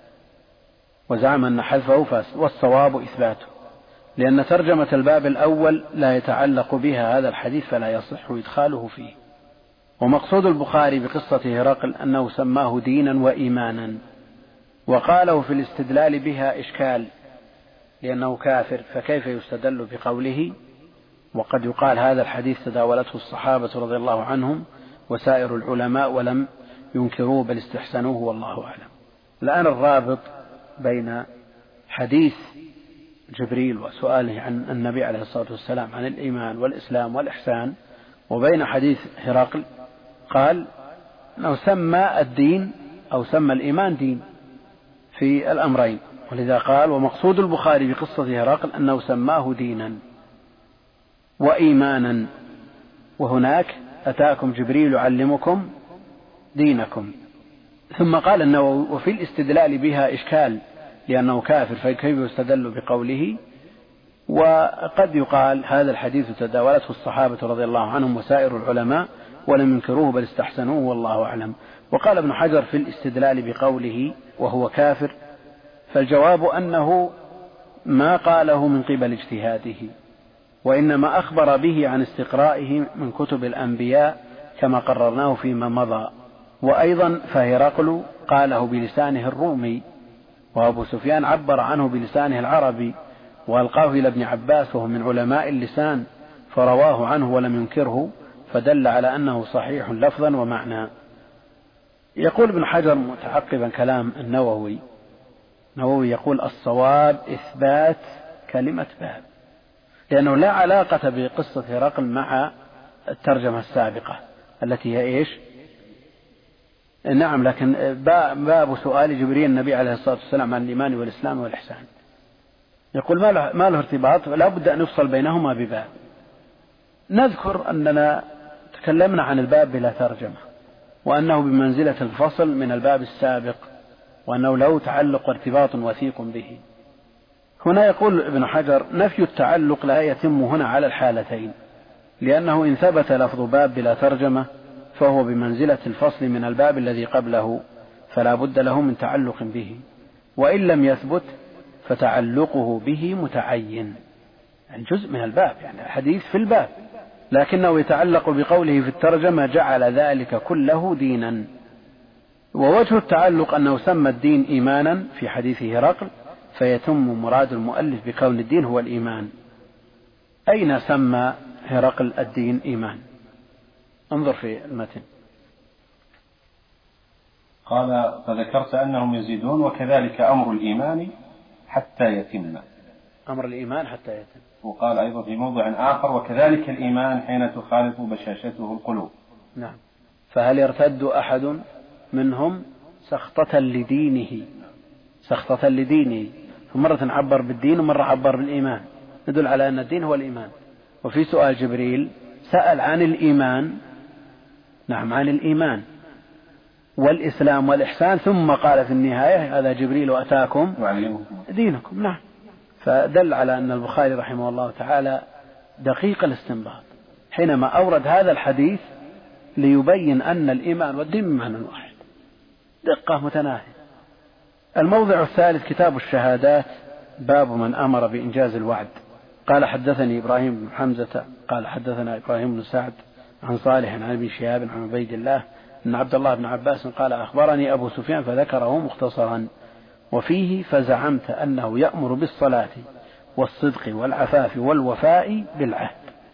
والصواب إثباته، لأن ترجمة الباب الأول لا يتعلق بها هذا الحديث فلا يصح إدخاله فيه. ومقصود البخاري بقصة هرقل أنه سماه دينا وإيمانا، وقاله في الاستدلال بها إشكال لأنه كافر، فكيف يستدل بقوله؟ وقد يقال هذا الحديث تداولته الصحابة رضي الله عنهم وسائر العلماء ولم ينكروه بل استحسنوه والله أعلم. الآن الرابط بين حديث جبريل وسؤاله عن النبي عليه الصلاة والسلام عن الإيمان والإسلام والإحسان وبين حديث هرقل، قال أنه سمى الدين أو سمى الإيمان دين في الأمرين، ولذا قال ومقصود البخاري بقصة هرقل أنه سماه دينا وإيمانا، وهناك أتاكم جبريل يعلمكم دينكم. ثم قال النووي وفي الاستدلال بها إشكال لأنه كافر فكيف يستدل بقوله؟ وقد يقال هذا الحديث تداولته الصحابة رضي الله عنهم وسائر العلماء ولم ينكروه بل استحسنوه والله أعلم. وقال ابن حجر في الاستدلال بقوله وهو كافر، فالجواب أنه ما قاله من قبل اجتهاده، وإنما أخبر به عن استقرائه من كتب الأنبياء كما قررناه فيما مضى. وأيضا فهرقل قاله بلسانه الرومي، وأبو سفيان عبر عنه بلسانه العربي، وألقاه إلى ابن عباس وهو من علماء اللسان فرواه عنه ولم ينكره، فدل على أنه صحيح لفظا ومعنى. يقول ابن حجر متعقبا كلام النووي يقول الصواب إثبات كلمة باب، لأنه لا علاقة بقصة هرقل مع الترجمة السابقة التي هي إيش؟ نعم، لكن باب سؤال جبريل النبي عليه الصلاة والسلام عن الإيمان والإسلام والإحسان، يقول ما له ارتباط، لا بد أن يفصل بينهما بباب. نذكر أننا تكلمنا عن الباب بلا ترجمة، وأنه بمنزلة الفصل من الباب السابق، وأنه له تعلق وارتباط وثيق به. هنا يقول ابن حجر نفي التعلق لا يتم هنا على الحالتين، لأنه إن ثبت لفظ باب بلا ترجمة فهو بمنزلة الفصل من الباب الذي قبله، فلا بد له من تعلق به، وإن لم يثبت فتعلقه به متعين، يعني جزء من الباب، يعني الحديث في الباب، لكنه يتعلق بقوله في الترجمة جعل ذلك كله دينا. ووجه التعلق أنه سمى الدين إيمانا في حديث هرقل، فيتم مراد المؤلف بكون الدين هو الإيمان. أين سمى هرقل الدين إيمان؟ انظر في المتن. قال فذكرت أنهم يزيدون وكذلك أمر الإيمان حتى يتم. أمر الإيمان حتى يتم. وقال أيضا في موضع آخر وكذلك الإيمان حين تخالف بشاشته القلوب. نعم. فهل يرتد أحد منهم سخطة لدينه، فمرة عبر بالدين ومرة عبر بالإيمان، يدل على أن الدين هو الإيمان. وفي سؤال جبريل سأل عن الإيمان، نعم عن الإيمان والإسلام والإحسان، ثم قال في النهاية هذا جبريل وأتاكم دينكم. نعم. فدل على أن البخاري رحمه الله تعالى دقيق الاستنباط حينما أورد هذا الحديث ليبين أن الإيمان والدين بمعنى واحد، دقة متناهية. الموضع الثالث كتاب الشهادات، باب من أمر بإنجاز الوعد. قال حدثني إبراهيم بن حمزة قال حدثنا إبراهيم بن سعد عن صالح عن ابن شهاب عن عبيد الله أن عبد الله بن عباس قال أخبرني أبو سفيان، فذكره مختصرا، وفيه فزعمت أنه يأمر بالصلاة والصدق والعفاف والوفاء بالعهد،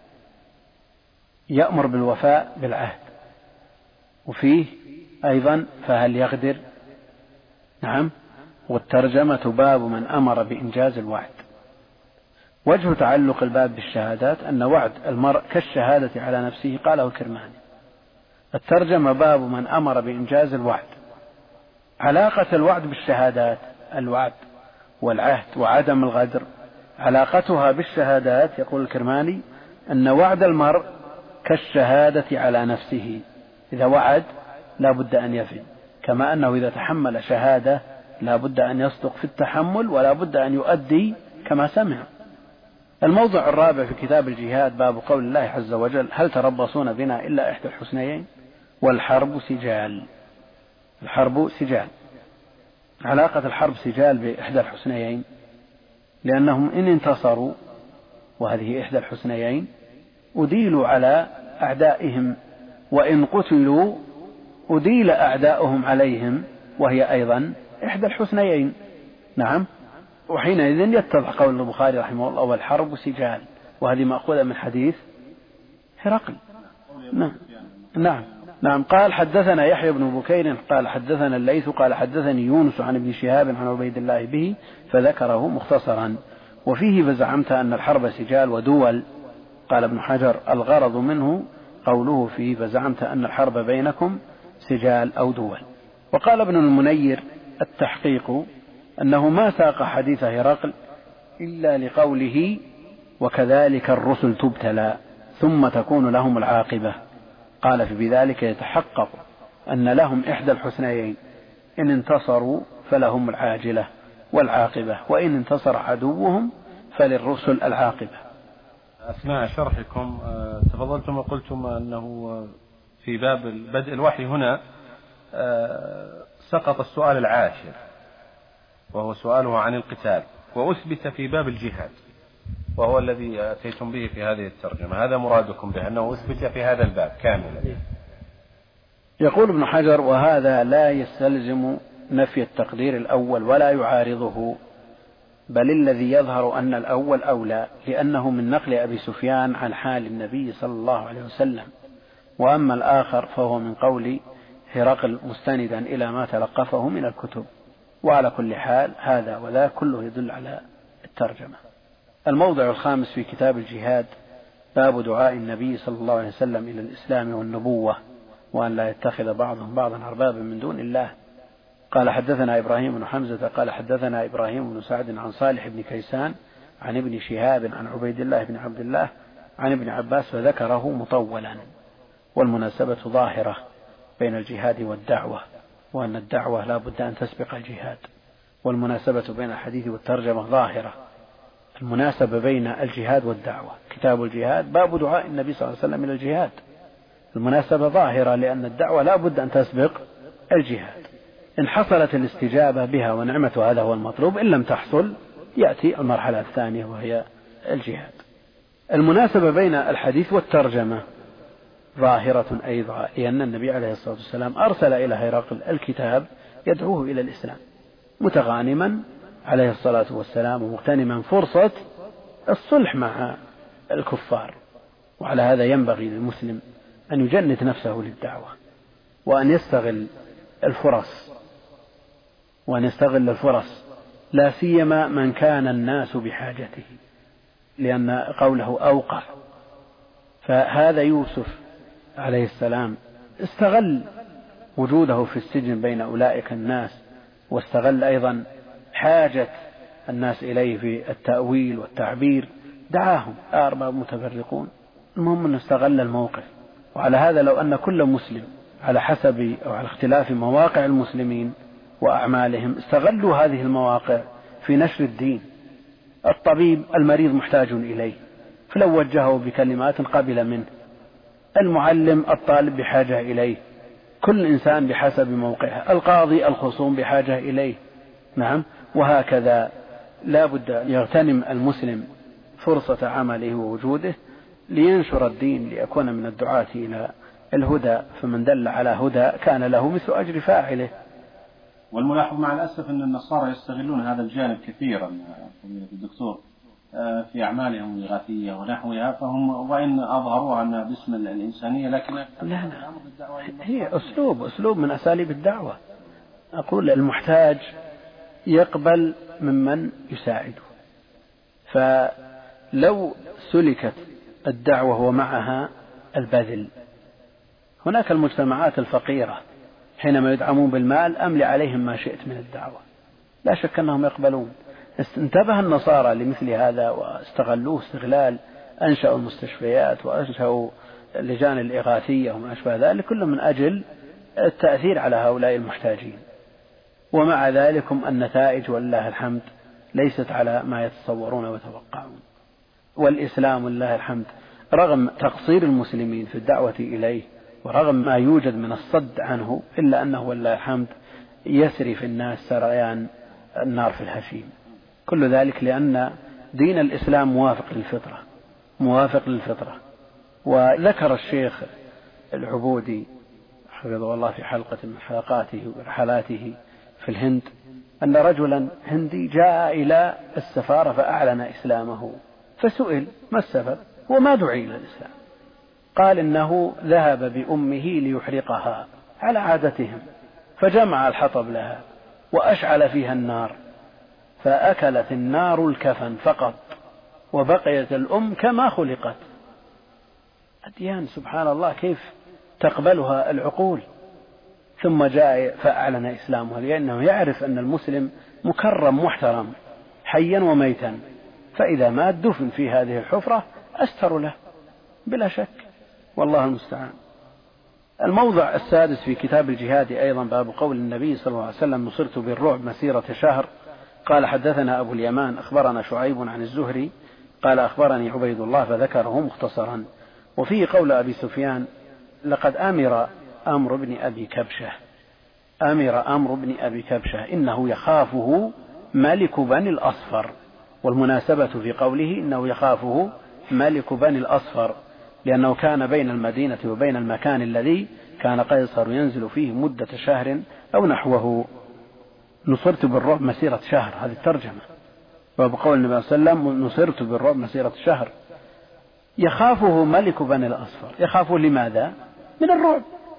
يأمر بالوفاء بالعهد. وفيه أيضا فهل يغدر، نعم. والترجمة باب من أمر بإنجاز الوعد. وجه تعلق الباب بالشهادات أن وعد المرء كالشهادة على نفسه، قاله الكرماني. الترجمة باب من أمر بإنجاز الوعد. علاقة الوعد بالشهادات، الوعد والعهد وعدم الغدر، علاقتها بالشهادات يقول الكرماني أن وعد المرء كالشهادة على نفسه، إذا وعد لا بد أن يفي، كما أنه إذا تحمل شهادة لا بد أن يصدق في التحمل ولا بد أن يؤدي كما سمع. الموضع الرابع في كتاب الجهاد، باب قول الله عز وجل هل تربصون بنا إلا إحدى الحسنيين والحرب سجال. الحرب سجال، علاقة الحرب سجال بإحدى الحسنيين، لأنهم إن انتصروا وهذه إحدى الحسنيين أديلوا على أعدائهم، وإن قتلوا أديل أعداؤهم عليهم، وهي أيضا إحدى الحسنيين. نعم. وحينئذ يتضح قول البخاري رحمه الله والحرب سجال، وهذه مأخوذة من حديث هرقل. نعم. قال حدثنا يحيى بن بكير قال حدثنا الليث قال حدثني يونس عن ابن شهاب عن عبيد الله به، فذكره مختصرا. وفيه فزعمت أن الحرب سجال ودول. قال ابن حجر الغرض منه قوله فيه فزعمت أن الحرب بينكم سجال أو دول. وقال ابن المنير التحقيق أنه ما ساق حديث هرقل إلا لقوله وكذلك الرسل تبتلى ثم تكون لهم العاقبة. قال فبذلك يتحقق أن لهم إحدى الحسنيين، إن انتصروا فلهم العاجلة والعاقبة، وإن انتصر عدوهم فللرسل العاقبة. أثناء شرحكم تفضلتم وقلتم أنه في باب بدء الوحي هنا سقط السؤال العاشر وهو سؤاله عن القتال، وأثبت في باب الجهاد، وهو الذي أتيتم به في هذه الترجمة. هذا مرادكم به أنه أثبت في هذا الباب كاملا. يقول ابن حجر وهذا لا يستلزم نفي التقدير الأول ولا يعارضه، بل الذي يظهر أن الأول أولى، لأنه من نقل أبي سفيان عن حال النبي صلى الله عليه وسلم، وأما الآخر فهو من قول هرقل مستندا إلى ما تلقفه من الكتب. وعلى كل حال هذا وذا كله يدل على الترجمة. الموضع الخامس في كتاب الجهاد باب دعاء النبي صلى الله عليه وسلم إلى الإسلام والنبوة، وأن لا يتخذ بعضهم بعضا أربابا من دون الله. قال حدثنا إبراهيم بن حمزة قال حدثنا إبراهيم بن سعد عن صالح بن كيسان عن ابن شهاب عن عبيد الله بن عبد الله عن ابن عباس فذكره مطولا. والمناسبة ظاهرة بين الجهاد والدعوة، وأن الدعوة لا بد أن تسبق الجهاد، والمناسبة بين الحديث والترجمة ظاهرة. المناسبة بين الجهاد والدعوة كتاب الجهاد باب دعاء النبي صلى الله عليه وسلم إلى الجهاد، المناسبة ظاهرة لأن الدعوة لا بد أن تسبق الجهاد. إن حصلت الاستجابة بها ونعمة هذا هو المطلوب، إن لم تحصل يأتي المرحلة الثانية وهي الجهاد. المناسبة بين الحديث والترجمة ظاهرة أيضا، لأن النبي عليه الصلاة والسلام أرسل إلى هرقل الكتاب يدعوه إلى الإسلام متغانما عليه الصلاة والسلام ومغتنما فرصة الصلح مع الكفار. وعلى هذا ينبغي للمسلم أن يجند نفسه للدعوة، وأن يستغل الفرص لا سيما من كان الناس بحاجته، لأن قوله أوقع. فهذا يوسف عليه السلام استغل وجوده في السجن بين أولئك الناس، واستغل أيضا حاجة الناس إليه في التأويل والتعبير، دعاهم أرباب متفرقون، المهم أن استغل الموقف. وعلى هذا لو أن كل مسلم على حسب أو على اختلاف مواقع المسلمين وأعمالهم استغلوا هذه المواقع في نشر الدين. الطبيب المريض محتاج إليه، فلو وجهه بكلمات قبل منه، المعلم الطالب بحاجة إليه، كل إنسان بحسب موقعه، القاضي الخصوم بحاجة إليه. نعم، وهكذا لا بد أن يغتنم المسلم فرصة عمله ووجوده لينشر الدين، ليكون من الدعاة إلى الهدى، فمن دل على هدى كان له مثل أجر فاعله. والملاحظ مع الأسف أن النصارى يستغلون هذا الجانب كثيرا الدكتور في أعمالهم الإغاثية ونحوها، فهم وإن أظهروها باسم الإنسانية لكن لا هي أسلوب من أساليب الدعوة. أقول المحتاج يقبل ممن يساعده، فلو سلكت الدعوة ومعها البذل، هناك المجتمعات الفقيرة حينما يدعمون بالمال أملي عليهم ما شئت من الدعوة، لا شك أنهم يقبلون. انتبه النصارى لمثل هذا واستغلوه استغلال، أنشأوا المستشفيات وأنشأوا اللجان الإغاثية وما أشبه ذلك، كله من أجل التأثير على هؤلاء المحتاجين. ومع ذلك النتائج والله الحمد ليست على ما يتصورون ويتوقعون. والإسلام والله الحمد رغم تقصير المسلمين في الدعوة إليه ورغم ما يوجد من الصد عنه، إلا أنه والله الحمد يسري في الناس سريان النار في الهشيم. كل ذلك لأن دين الإسلام موافق للفطرة. وذكر الشيخ العبودي حفظه الله في حلقة من حلقاته ورحلاته في الهند أن رجلا هندي جاء إلى السفارة فأعلن إسلامه، فسئل ما السبب وما دعي إلى الإسلام؟ قال إنه ذهب بأمه ليحرقها على عادتهم، فجمع الحطب لها وأشعل فيها النار، فأكلت النار الكفن فقط وبقيت الأم كما خلقت. أديان سبحان الله كيف تقبلها العقول. ثم جاء فأعلن إسلامه، لأنه يعرف أن المسلم مكرم محترم حيا وميتا، فإذا مات دفن في هذه الحفرة أستر له بلا شك، والله المستعان. الموضع السادس في كتاب الجهاد أيضا باب قول النبي صلى الله عليه وسلم نصرت بالرعب مسيرة شهر. قال حدثنا أبو اليمان أخبرنا شعيب عن الزهري قال أخبرني عبيد الله فذكره مختصرا. وفيه قول أبي سفيان لقد أمر أمر بن أبي كبشة إنه يخافه ملك بني الأصفر. والمناسبة في قوله إنه يخافه ملك بني الأصفر لأنه كان بين المدينة وبين المكان الذي كان قيصر ينزل فيه مدة شهر أو نحوه. نصرت بالرعب مسيرة شهر، هذه الترجمة. وبقول النبي صلى الله عليه وسلم نصرت بالرعب مسيرة شهر. يخافه ملك بني الأصفر. يخافه لماذا؟ من الرعب،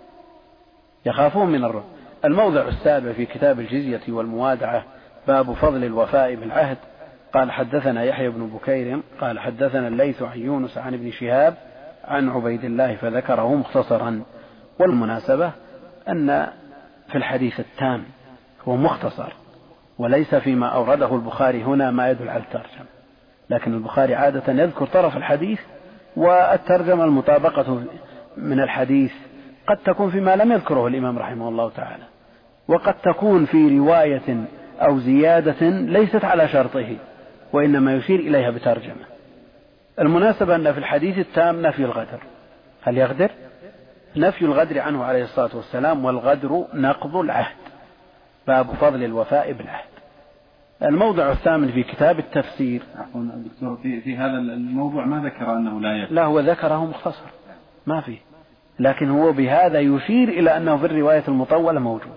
يخافون من الرعب. الموضع السابع في كتاب الجزية والموادعة باب فضل الوفاء بالعهد. قال حدثنا يحيى بن بكير قال حدثنا الليث عن يونس عن ابن شهاب عن عبيد الله فذكره مختصرا. والمناسبة أن في الحديث التام هو مختصر، وليس فيما أورده البخاري هنا ما يدل على الترجمة، لكن البخاري عادة يذكر طرف الحديث، والترجمة المطابقة من الحديث قد تكون فيما لم يذكره الإمام رحمه الله تعالى، وقد تكون في رواية أو زيادة ليست على شرطه وإنما يشير إليها بترجمة. المناسبة أن في الحديث التام نفي الغدر. هل يغدر؟ نفي الغدر عنه عليه الصلاة والسلام، والغدر نقض العهد. باب فضل الوفاء بالعهد. الموضع الثامن في كتاب التفسير. عفوا دكتور، في هذا الموضوع ما ذكر أنه لا يغدر. لا، هو ذكره مختصر ما فيه، لكن هو بهذا يشير إلى أنه في الرواية المطولة موجود.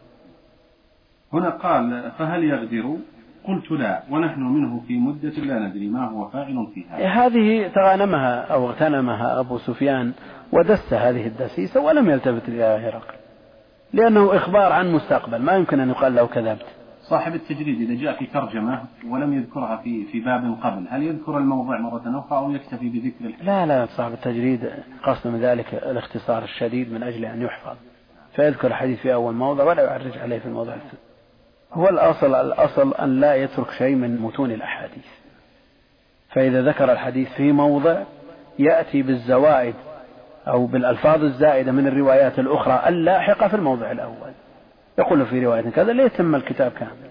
هنا قال فهل يغدر؟ قلت لا، ونحن منه في مدة لا ندري ما هو فاعل فيها. هذه تغانمها أو اغتنمها أبو سفيان ودس هذه الدسيسة ولم يلتفت إلى هرقل، لأنه إخبار عن مستقبل، ما يمكن أن يقال له كذبت. صاحب التجريد إذا جاء في ترجمة ولم يذكرها في باب قبل، هل يذكر الموضوع مرة أخرى أو يكتفي بذكر لا، صاحب التجريد قصد من ذلك الاختصار الشديد من أجل أن يحفظ، فيذكر الحديث في أول موضع ولا يعرج عليه في الموضع الثاني. هو الأصل أن لا يترك شيء من متون الأحاديث، فإذا ذكر الحديث في موضع يأتي بالزوائد أو بالألفاظ الزائدة من الروايات الأخرى اللاحقة في الموضع الأول، يقول في رواية كذا ليتم الكتاب كامل.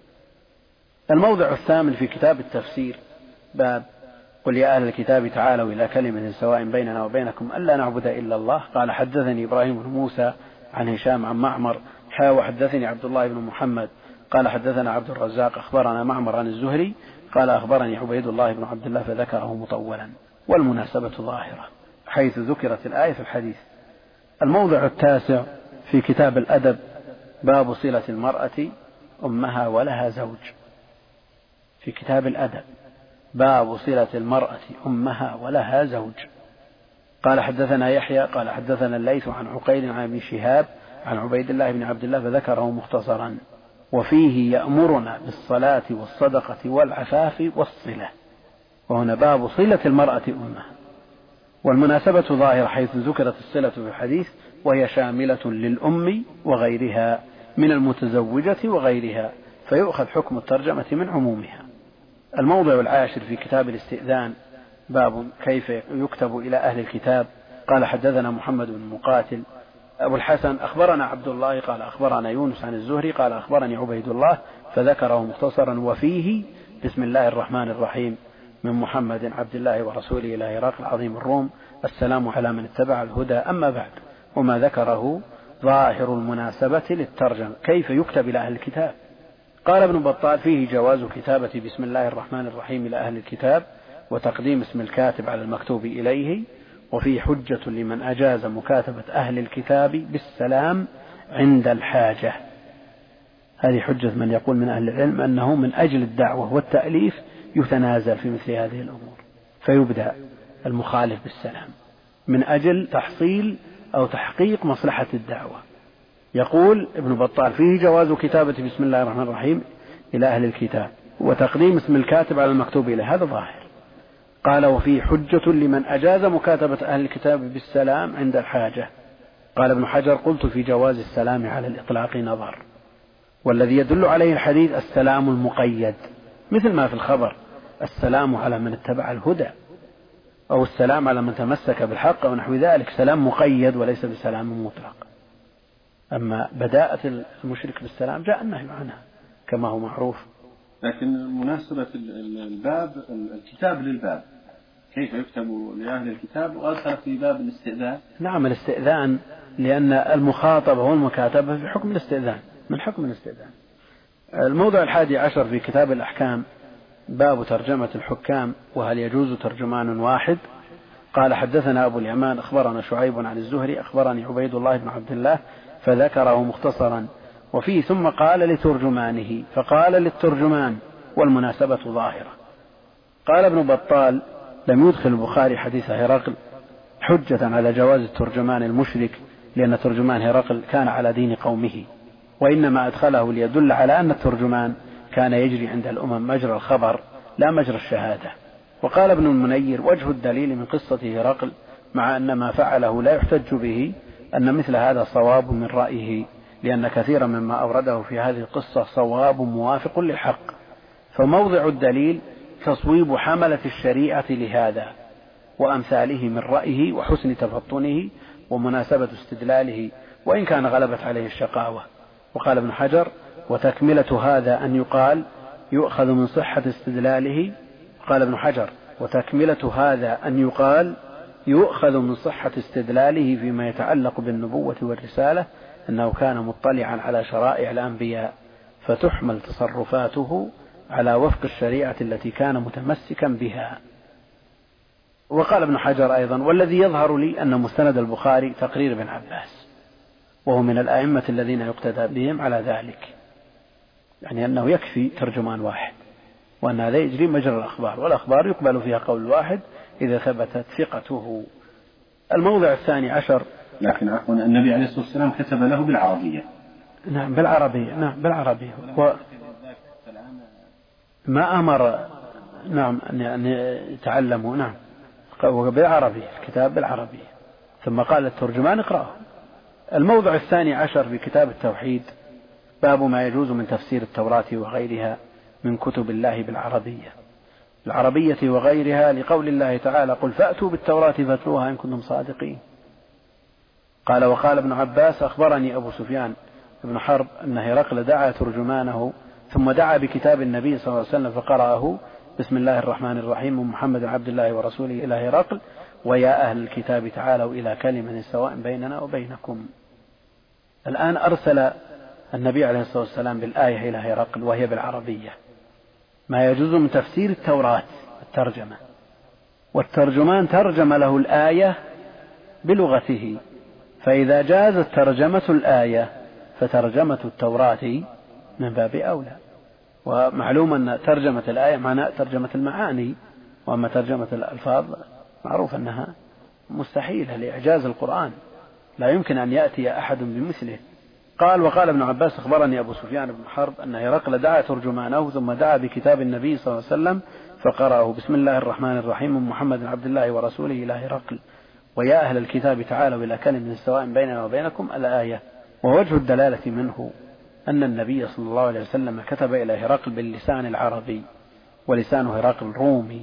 الموضع الثامن في كتاب التفسير باب قل يا أهل الكتاب تعالوا إلى كلمة سواء بيننا وبينكم ألا نعبد إلا الله. قال حدثني إبراهيم بن موسى عن هشام عن معمر وحدثني عبد الله بن محمد قال حدثنا عبد الرزاق أخبرنا معمر عن الزهري قال أخبرني عبيد الله بن عبد الله فذكره مطولا، والمناسبة ظاهرة حيث ذكرت الآية في الحديث. الموضع التاسع في كتاب الأدب باب صلة المرأة أمها ولها زوج. في كتاب الأدب باب صلة المرأة أمها ولها زوج. قال حدثنا يحيى قال حدثنا الليث عن عقيل عن ابن شهاب عن عبيد الله بن عبد الله فذكره مختصرا. وفيه يأمرنا بالصلاة والصدقة والعفاف والصلة. وهنا باب صلة المرأة أمها، والمناسبة ظاهرة حيث ذكرت الصلة في الحديث، وهي شاملة للأم وغيرها من المتزوجة وغيرها، فيؤخذ حكم الترجمة من عمومها. الموضع العاشر في كتاب الاستئذان باب كيف يكتب إلى أهل الكتاب. قال حدثنا محمد بن مقاتل أبو الحسن أخبرنا عبد الله قال أخبرنا يونس عن الزهري قال أخبرني عبيد الله فذكره مختصرا. وفيه بسم الله الرحمن الرحيم من محمد عبد الله ورسوله إلى هرقل عظيم الروم السلام على من اتبع الهدى أما بعد. وما ذكره ظاهر المناسبة للترجمة كيف يكتب إلى أهل الكتاب. قال ابن بطال فيه جواز كتابة بسم الله الرحمن الرحيم إلى أهل الكتاب وتقديم اسم الكاتب على المكتوب إليه، وفيه حجة لمن أجاز مكاتبة أهل الكتاب بالسلام عند الحاجة. هذه حجة من يقول من أهل العلم أنه من أجل الدعوة والتأليف يتنازل في مثل هذه الأمور، فيبدأ المخالف بالسلام من أجل تحصيل أو تحقيق مصلحة الدعوة. يقول ابن بطال فيه جواز كتابة بسم الله الرحمن الرحيم إلى أهل الكتاب وتقديم اسم الكاتب على المكتوب إليه، هذا ظاهر. قال وفيه حجة لمن أجاز مكاتبة أهل الكتاب بالسلام عند الحاجة. قال ابن حجر قلت في جواز السلام على الإطلاق نظر، والذي يدل عليه الحديث السلام المقيد مثل ما في الخبر السلام على من اتبع الهدى أو السلام على من تمسك بالحق أو نحو ذلك، سلام مقيد وليس بسلام مطلق. أما بداءة المشرك بالسلام جاء النهي عنها كما هو معروف. لكن مناسبة الباب الكتاب للباب كيف يكتب لأهل الكتاب، وأدخل في باب الاستئذان. نعم الاستئذان لأن المخاطبة والمكاتبة في حكم الاستئذان من حكم الاستئذان. الموضع 11 في كتاب الأحكام باب ترجمة الحكام وهل يجوز ترجمان واحد. قال حدثنا أبو اليمان أخبرنا شعيب عن الزهري أخبرني عبيد الله بن عبد الله فذكره مختصرا. وفيه ثم قال لترجمانه فقال للترجمان والمناسبة ظاهرة. قال ابن بطال: لم يدخل البخاري حديث هرقل حجة على جواز الترجمان المشرك، لأن ترجمان هرقل كان على دين قومه، وإنما أدخله ليدل على أن الترجمان كان يجري عند الأمم مجرى الخبر لا مجرى الشهادة. وقال ابن المنير: وجه الدليل من قصة هرقل مع أن ما فعله لا يحتج به أن مثل هذا صواب من رأيه، لأن كثيرا مما أورده في هذه القصة صواب موافق للحق، فموضع الدليل تصويب حملة الشريعة لهذا وأمثاله من رأيه وحسن تفطنه ومناسبة استدلاله، وإن كان غلبت عليه الشقاوة. وقال ابن حجر: وتكملة هذا أن يقال يؤخذ من صحة استدلاله. قال ابن حجر: وتكملة هذا أن يقال يؤخذ من صحة استدلاله فيما يتعلق بالنبوة والرسالة أنه كان مطلعا على شرائع الأنبياء، فتحمل تصرفاته على وفق الشريعة التي كان متمسكا بها. وقال ابن حجر أيضا: والذي يظهر لي أن مستند البخاري تقرير ابن عباس، وهو من الأئمة الذين يقتدى بهم على ذلك، يعني أنه يكفي ترجمان واحد، وأن هذا يجري مجرى الأخبار، والأخبار يقبل فيها قول واحد إذا ثبتت ثقته. الموضع 12. لكن عفوا النبي عليه الصلاة والسلام كتب له بالعربية. نعم بالعربية، نعم بالعربية، ما أمر نعم أن يتعلموا، نعم بالعربية، الكتاب بالعربية، ثم قال الترجمان اقرأه. الموضع 12 في كتاب التوحيد: باب ما يجوز من تفسير التوراة وغيرها من كتب الله بالعربية وغيرها، لقول الله تعالى: قل فأتوا بالتوراة فاتلوها إن كنتم صادقين. قال: وقال ابن عباس: أخبرني أبو سفيان بن حرب أن هرقل دعا ترجمانه ثم دعا بكتاب النبي صلى الله عليه وسلم فقرأه: بسم الله الرحمن الرحيم، محمد عبد الله ورسوله إلى هرقل، ويا أهل الكتاب تعالوا إلى كلمة سواء بيننا وبينكم. الآن أرسل النبي عليه الصلاة والسلام بالآية إلى هرقل وهي بالعربية، ما يجوز من تفسير التوراة الترجمة، والترجمان ترجم له الآية بلغته، فإذا جازت ترجمة الآية فترجمة التوراة من باب أولى. ومعلوم أن ترجمة الآية معناها ترجمة المعاني، وأما ترجمة الألفاظ معروف أنها مستحيلة لإعجاز القرآن، لا يمكن أن يأتي أحد بمثله. قال: وقال ابن عباس: أخبرني أبو سفيان بن حرب أن هرقل دعا ترجمانه ثم دعا بكتاب النبي صلى الله عليه وسلم فقرأه: بسم الله الرحمن الرحيم، محمد عبد الله ورسوله إلى هرقل، ويا أهل الكتاب تعالوا إلى كلمة سواء بيننا وبينكم الآية. ووجه الدلالة منه أن النبي صلى الله عليه وسلم كتب إلى هرقل باللسان العربي، ولسان هرقل رومي،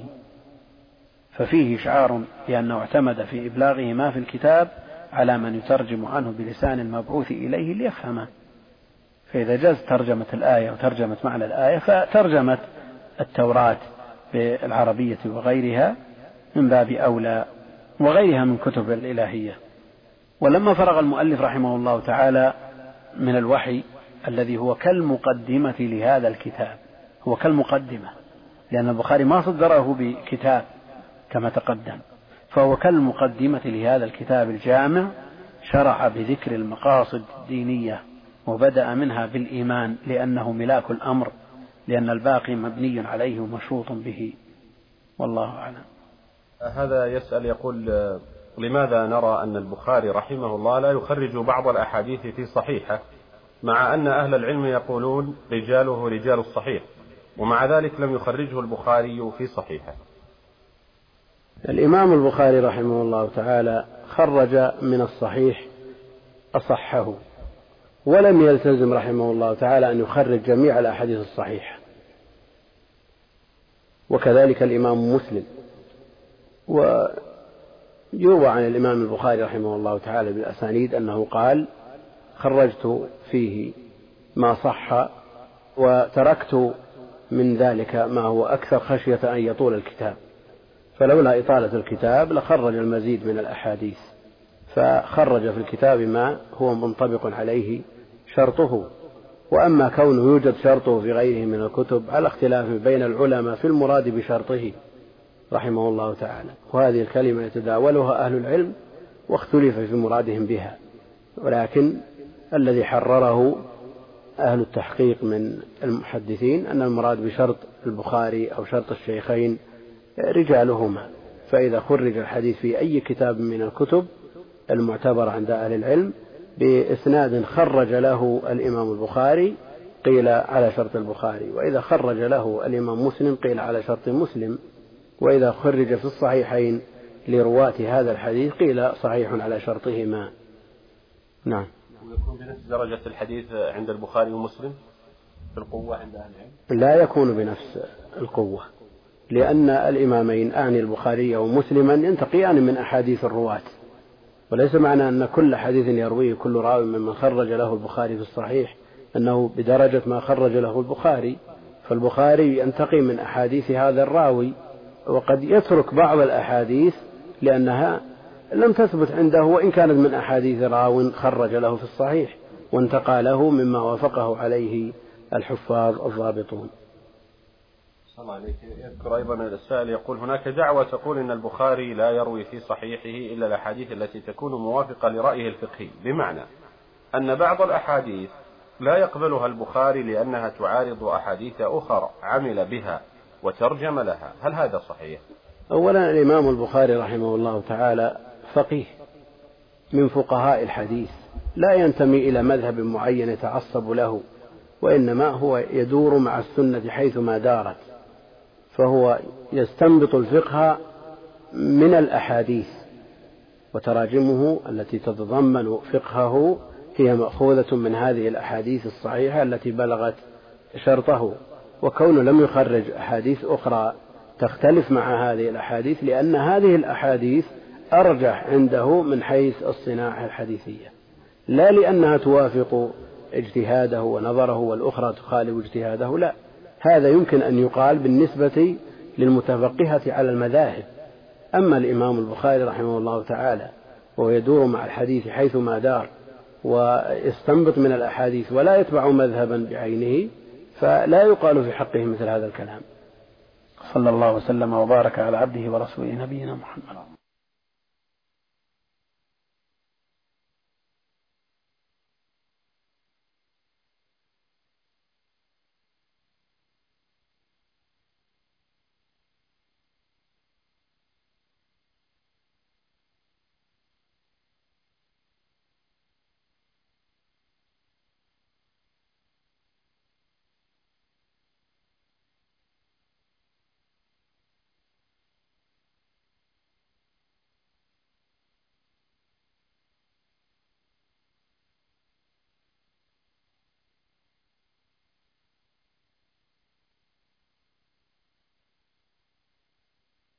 ففيه إشعار بأنه اعتمد في إبلاغه ما في الكتاب على من يترجم عنه بلسان المبعوث إليه ليفهمه. فإذا جاز ترجمة الآية وترجمة معنى الآية، فترجمة التوراة بالعربية وغيرها من باب أولى، وغيرها من كتب الإلهية. ولما فرغ المؤلف رحمه الله تعالى من الوحي الذي هو كالمقدمة لهذا الكتاب، هو كالمقدمة، لأن البخاري ما صدره بكتاب كما تقدم، فهو كالمقدمة لهذا الكتاب الجامع، شرع بذكر المقاصد الدينية وبدأ منها بالإيمان لأنه ملاك الأمر، لأن الباقي مبني عليه ومشروط به، والله أعلم. هذا يسأل يقول: لماذا نرى أن البخاري رحمه الله لا يخرج بعض الأحاديث في صحيحه، مع أن أهل العلم يقولون رجاله رجال الصحيح، ومع ذلك لم يخرجه البخاري في صحيحه؟ الإمام البخاري رحمه الله تعالى خرج من الصحيح أصحه، ولم يلتزم رحمه الله تعالى أن يخرج جميع الأحاديث الصحيحة، وكذلك الإمام مسلم. ويروى عن الإمام البخاري رحمه الله تعالى بالأسانيد أنه قال: خرجت فيه ما صح وتركت من ذلك ما هو أكثر خشية أن يطول الكتاب، فلولا إطالة الكتاب لخرج المزيد من الأحاديث، فخرج في الكتاب ما هو منطبق عليه شرطه. وأما كونه يوجد شرطه في غيره من الكتب على اختلاف بين العلماء في المراد بشرطه رحمه الله تعالى، وهذه الكلمة يتداولها أهل العلم واختلف في مرادهم بها، ولكن الذي حرره أهل التحقيق من المحدثين أن المراد بشرط البخاري أو شرط الشيخين رجالهما، فإذا خرج الحديث في أي كتاب من الكتب المعتبر عند أهل العلم بإسناد خرج له الإمام البخاري قيل على شرط البخاري، وإذا خرج له الإمام مسلم قيل على شرط مسلم، وإذا خرج في الصحيحين لرواة هذا الحديث قيل صحيح على شرطهما. نعم. ويكون بنفس درجة الحديث عند البخاري ومسلم في القوة عند أهل العلم؟ لا يكون بنفس القوة، لأن الإمامين أعني البخاري ومسلما ينتقيان من أحاديث الرواة، وليس معنى أن كل حديث يرويه كل راوي ممن خرج له البخاري في الصحيح أنه بدرجة ما خرج له البخاري، فالبخاري ينتقي من أحاديث هذا الراوي، وقد يترك بعض الأحاديث لأنها لم تثبت عنده وإن كانت من أحاديث راو خرج له في الصحيح وانتقى له مما وافقه عليه الحفاظ الضابطون. يذكر أيضا السائل يقول هناك دعوة تقول إن البخاري لا يروي في صحيحه إلا الأحاديث التي تكون موافقة لرأيه الفقهي، بمعنى أن بعض الأحاديث لا يقبلها البخاري لأنها تعارض أحاديث أخرى عمل بها وترجم لها، هل هذا صحيح؟ أولا الإمام البخاري رحمه الله تعالى فقيه من فقهاء الحديث، لا ينتمي إلى مذهب معين يتعصب له، وإنما هو يدور مع السنة حيثما دارت، فهو يستنبط الفقه من الأحاديث، وتراجمه التي تتضمن فقهه هي مأخوذة من هذه الأحاديث الصحيحة التي بلغت شرطه، وكونه لم يخرج أحاديث أخرى تختلف مع هذه الأحاديث لأن هذه الأحاديث أرجح عنده من حيث الصناعة الحديثية، لا لأنها توافق اجتهاده ونظره والأخرى تخالف اجتهاده، لا، هذا يمكن أن يقال بالنسبة للمتفقهة على المذاهب. أما الإمام البخاري رحمه الله تعالى وهو يدور مع الحديث حيثما دار ويستنبط من الأحاديث ولا يتبع مذهبا بعينه، فلا يقال في حقه مثل هذا الكلام. صلى الله وسلم وبارك على عبده ورسوله نبينا محمد.